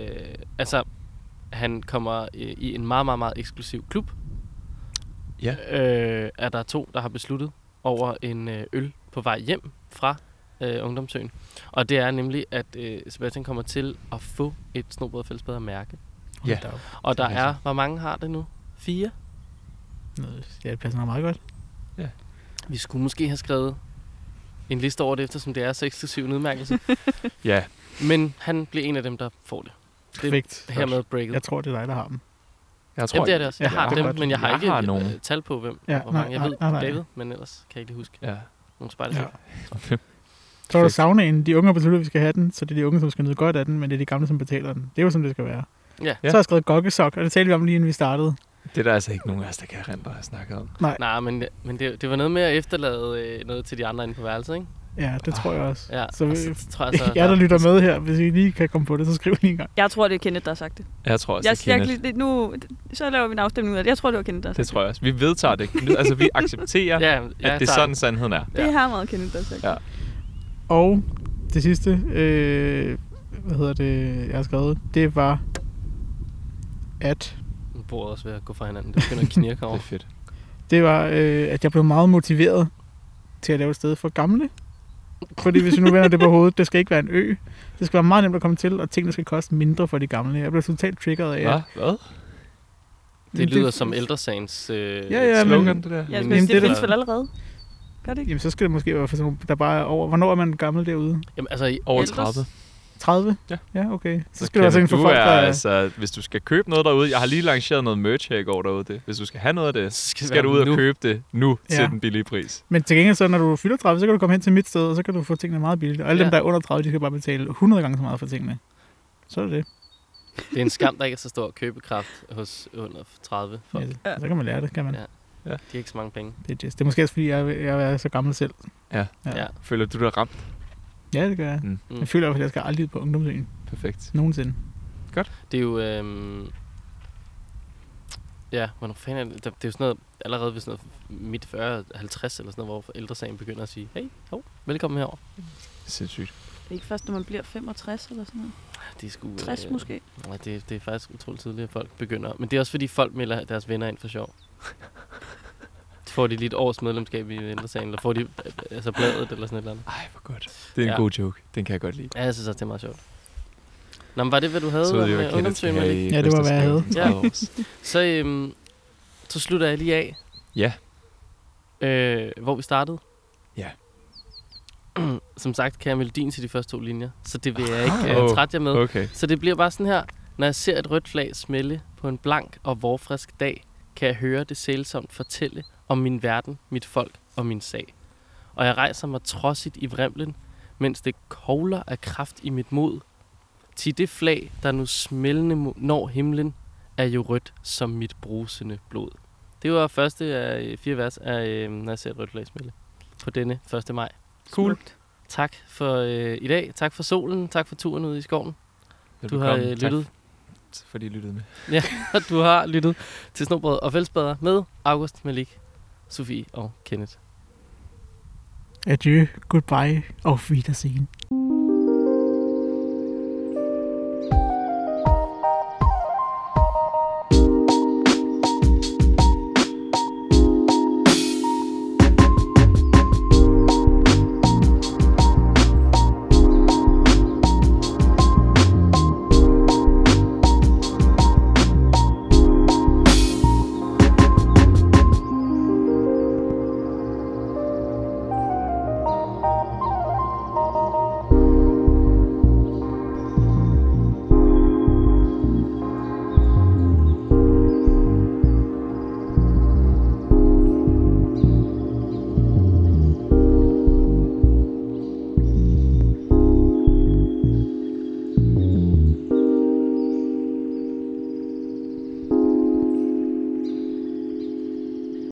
han kommer i en meget, meget, meget eksklusiv klub. Ja. Er der 2, der har besluttet over en øl på vej hjem fra Ungdomsøen. Og det er nemlig, at Sebastian kommer til at få et Snobrød og Fællesbader mærke. Ja. Og der er... Hvor mange har det nu? 4? Ja, det passer nok meget godt. Ja. Vi skulle måske have skrevet en liste over det, eftersom det er så eksklusiv en udmærkelse. Ja. Men han bliver en af dem, der får det. Perfekt. Det hermed breaket. Jeg tror, det er dig, der har dem. Jeg tror, jamen, det er det også. Jeg har dem, men jeg har ikke nogen tal på, hvem hvor mange. Jeg ved David, men ellers kan jeg ikke huske. Ja. Nogle spejler. Okay. Så er der saunaen. De unge har besluttet, at vi skal have den, så det er de unge, som skal nyde godt af den, men det er de gamle, som betaler den. Det er jo, som det skal være. Ja. Så har jeg skrevet gokkesok, og det talte vi om lige inden vi startede. Det er der altså ikke nogen af os, der kan erindre at snakke om. Nej, men det var noget med at efterlade noget til de andre inde på værelset, ikke? Ja, det tror jeg også. Ja, så tror jeg så, der lytter med her, hvis I lige kan komme på det, så skriv lige en gang. Jeg tror, det er Kenneth, der har sagt det. Jeg tror også, det er Kenneth. Nu, så laver vi en afstemning ud af det. Jeg tror, det var Kenneth, der har sagt det. Det tror jeg også. Vi vedtager det. Altså, vi accepterer, at det er sådan, sandheden er. Det er meget Kenneth, der har sagt det. Og det sidste, jeg har skrevet, det var, at... Nu bordet også ved at gå fra hinanden. Det begynder at knirke over. Det er fedt. det var, at jeg blev meget motiveret til at lave et sted for gamle. Fordi hvis vi nu vender det på hovedet, det skal ikke være en ø. Det skal være meget nemt at komme til, og tingene skal koste mindre for de gamle. Jeg blev totalt triggeret af. Hvad? Det lyder som Ældresagens slogan, det der. Ja, det findes vel allerede? Gør det ikke? Jamen, så skal det måske være for sådan nogle, der bare er over... Hvornår er man gammel derude? Jamen, altså over 30. 30? Ja. Ja, okay. Så skal det være sådan for folk, der... Altså, hvis du skal købe noget derude... Jeg har lige lanceret noget merch her i går derude. Det. Hvis du skal have noget af det, så skal du ud og købe det nu til den billige pris. Men til gengæld så, når du fylder 30, så kan du komme hen til mit sted, og så kan du få tingene meget billigt. Og alle dem, der er under 30, de skal bare betale 100 gange så meget for tingene. Så er det. Det er en skam, der ikke er så stor købekraft hos under 30 folk. Ja, så kan man lære det, kan man. Ja. De har ikke så mange penge. Det er måske også, fordi jeg er så gammel selv. Ja. Føler du dig ramt? Ja, det gør jeg. Jeg føler i hvert fald, at jeg skal aldrig ud på ungdomsøen. Perfekt. Nogensinde. Godt. Det er jo... ja, hvornår fanden er det? Det er jo sådan noget... Allerede ved sådan noget midt 40-50 eller sådan noget, hvor Ældresagen begynder at sige, hey, velkommen herover. Sindssygt. Det er ikke først, når man bliver 65 eller sådan noget? Det er sgu... 60 måske? Nej, det er faktisk utroligt tidligt, at folk begynder. Men det er også fordi, folk melder deres venner ind for sjov. Får de lige et års medlemskab i Ældresagen, eller får de altså bladet eller sådan et eller andet. Ej, hvor godt. Det er en god joke. Den kan jeg godt lide. Ja, jeg synes også, det er meget sjovt. Nå, men var det, hvad du havde om ungdomsøen? Ja, det var, hvad jeg havde. Ja. Så slutter jeg lige af. Ja. Hvor vi startede. Ja. Som sagt kan jeg melodien til de første 2 linjer, så det vil jeg ikke trætte jer med. Okay. Så det bliver bare sådan her. Når jeg ser et rødt flag smælde på en blank og vårfrisk dag, kan jeg høre det sælsomt fortælle om min verden, mit folk og min sag. Og jeg rejser mig trodsigt i vrimlen, mens det kogler af kraft i mit mod. Til det flag, der nu smældende når himlen, er jo rødt som mit brusende blod. Det var første af 4 vers af Når jeg ser et rødt flag smælde på denne 1. maj. Cool. Smukt. Tak for i dag. Tak for solen. Tak for turen ud i skoven. Du har lyttet. Tak fordi I lyttede med. Ja, du har lyttet til Snobrød og Fællesbader med August, Malik, Sofie og Kenneth. Adieu, goodbye, auf Wiedersehen.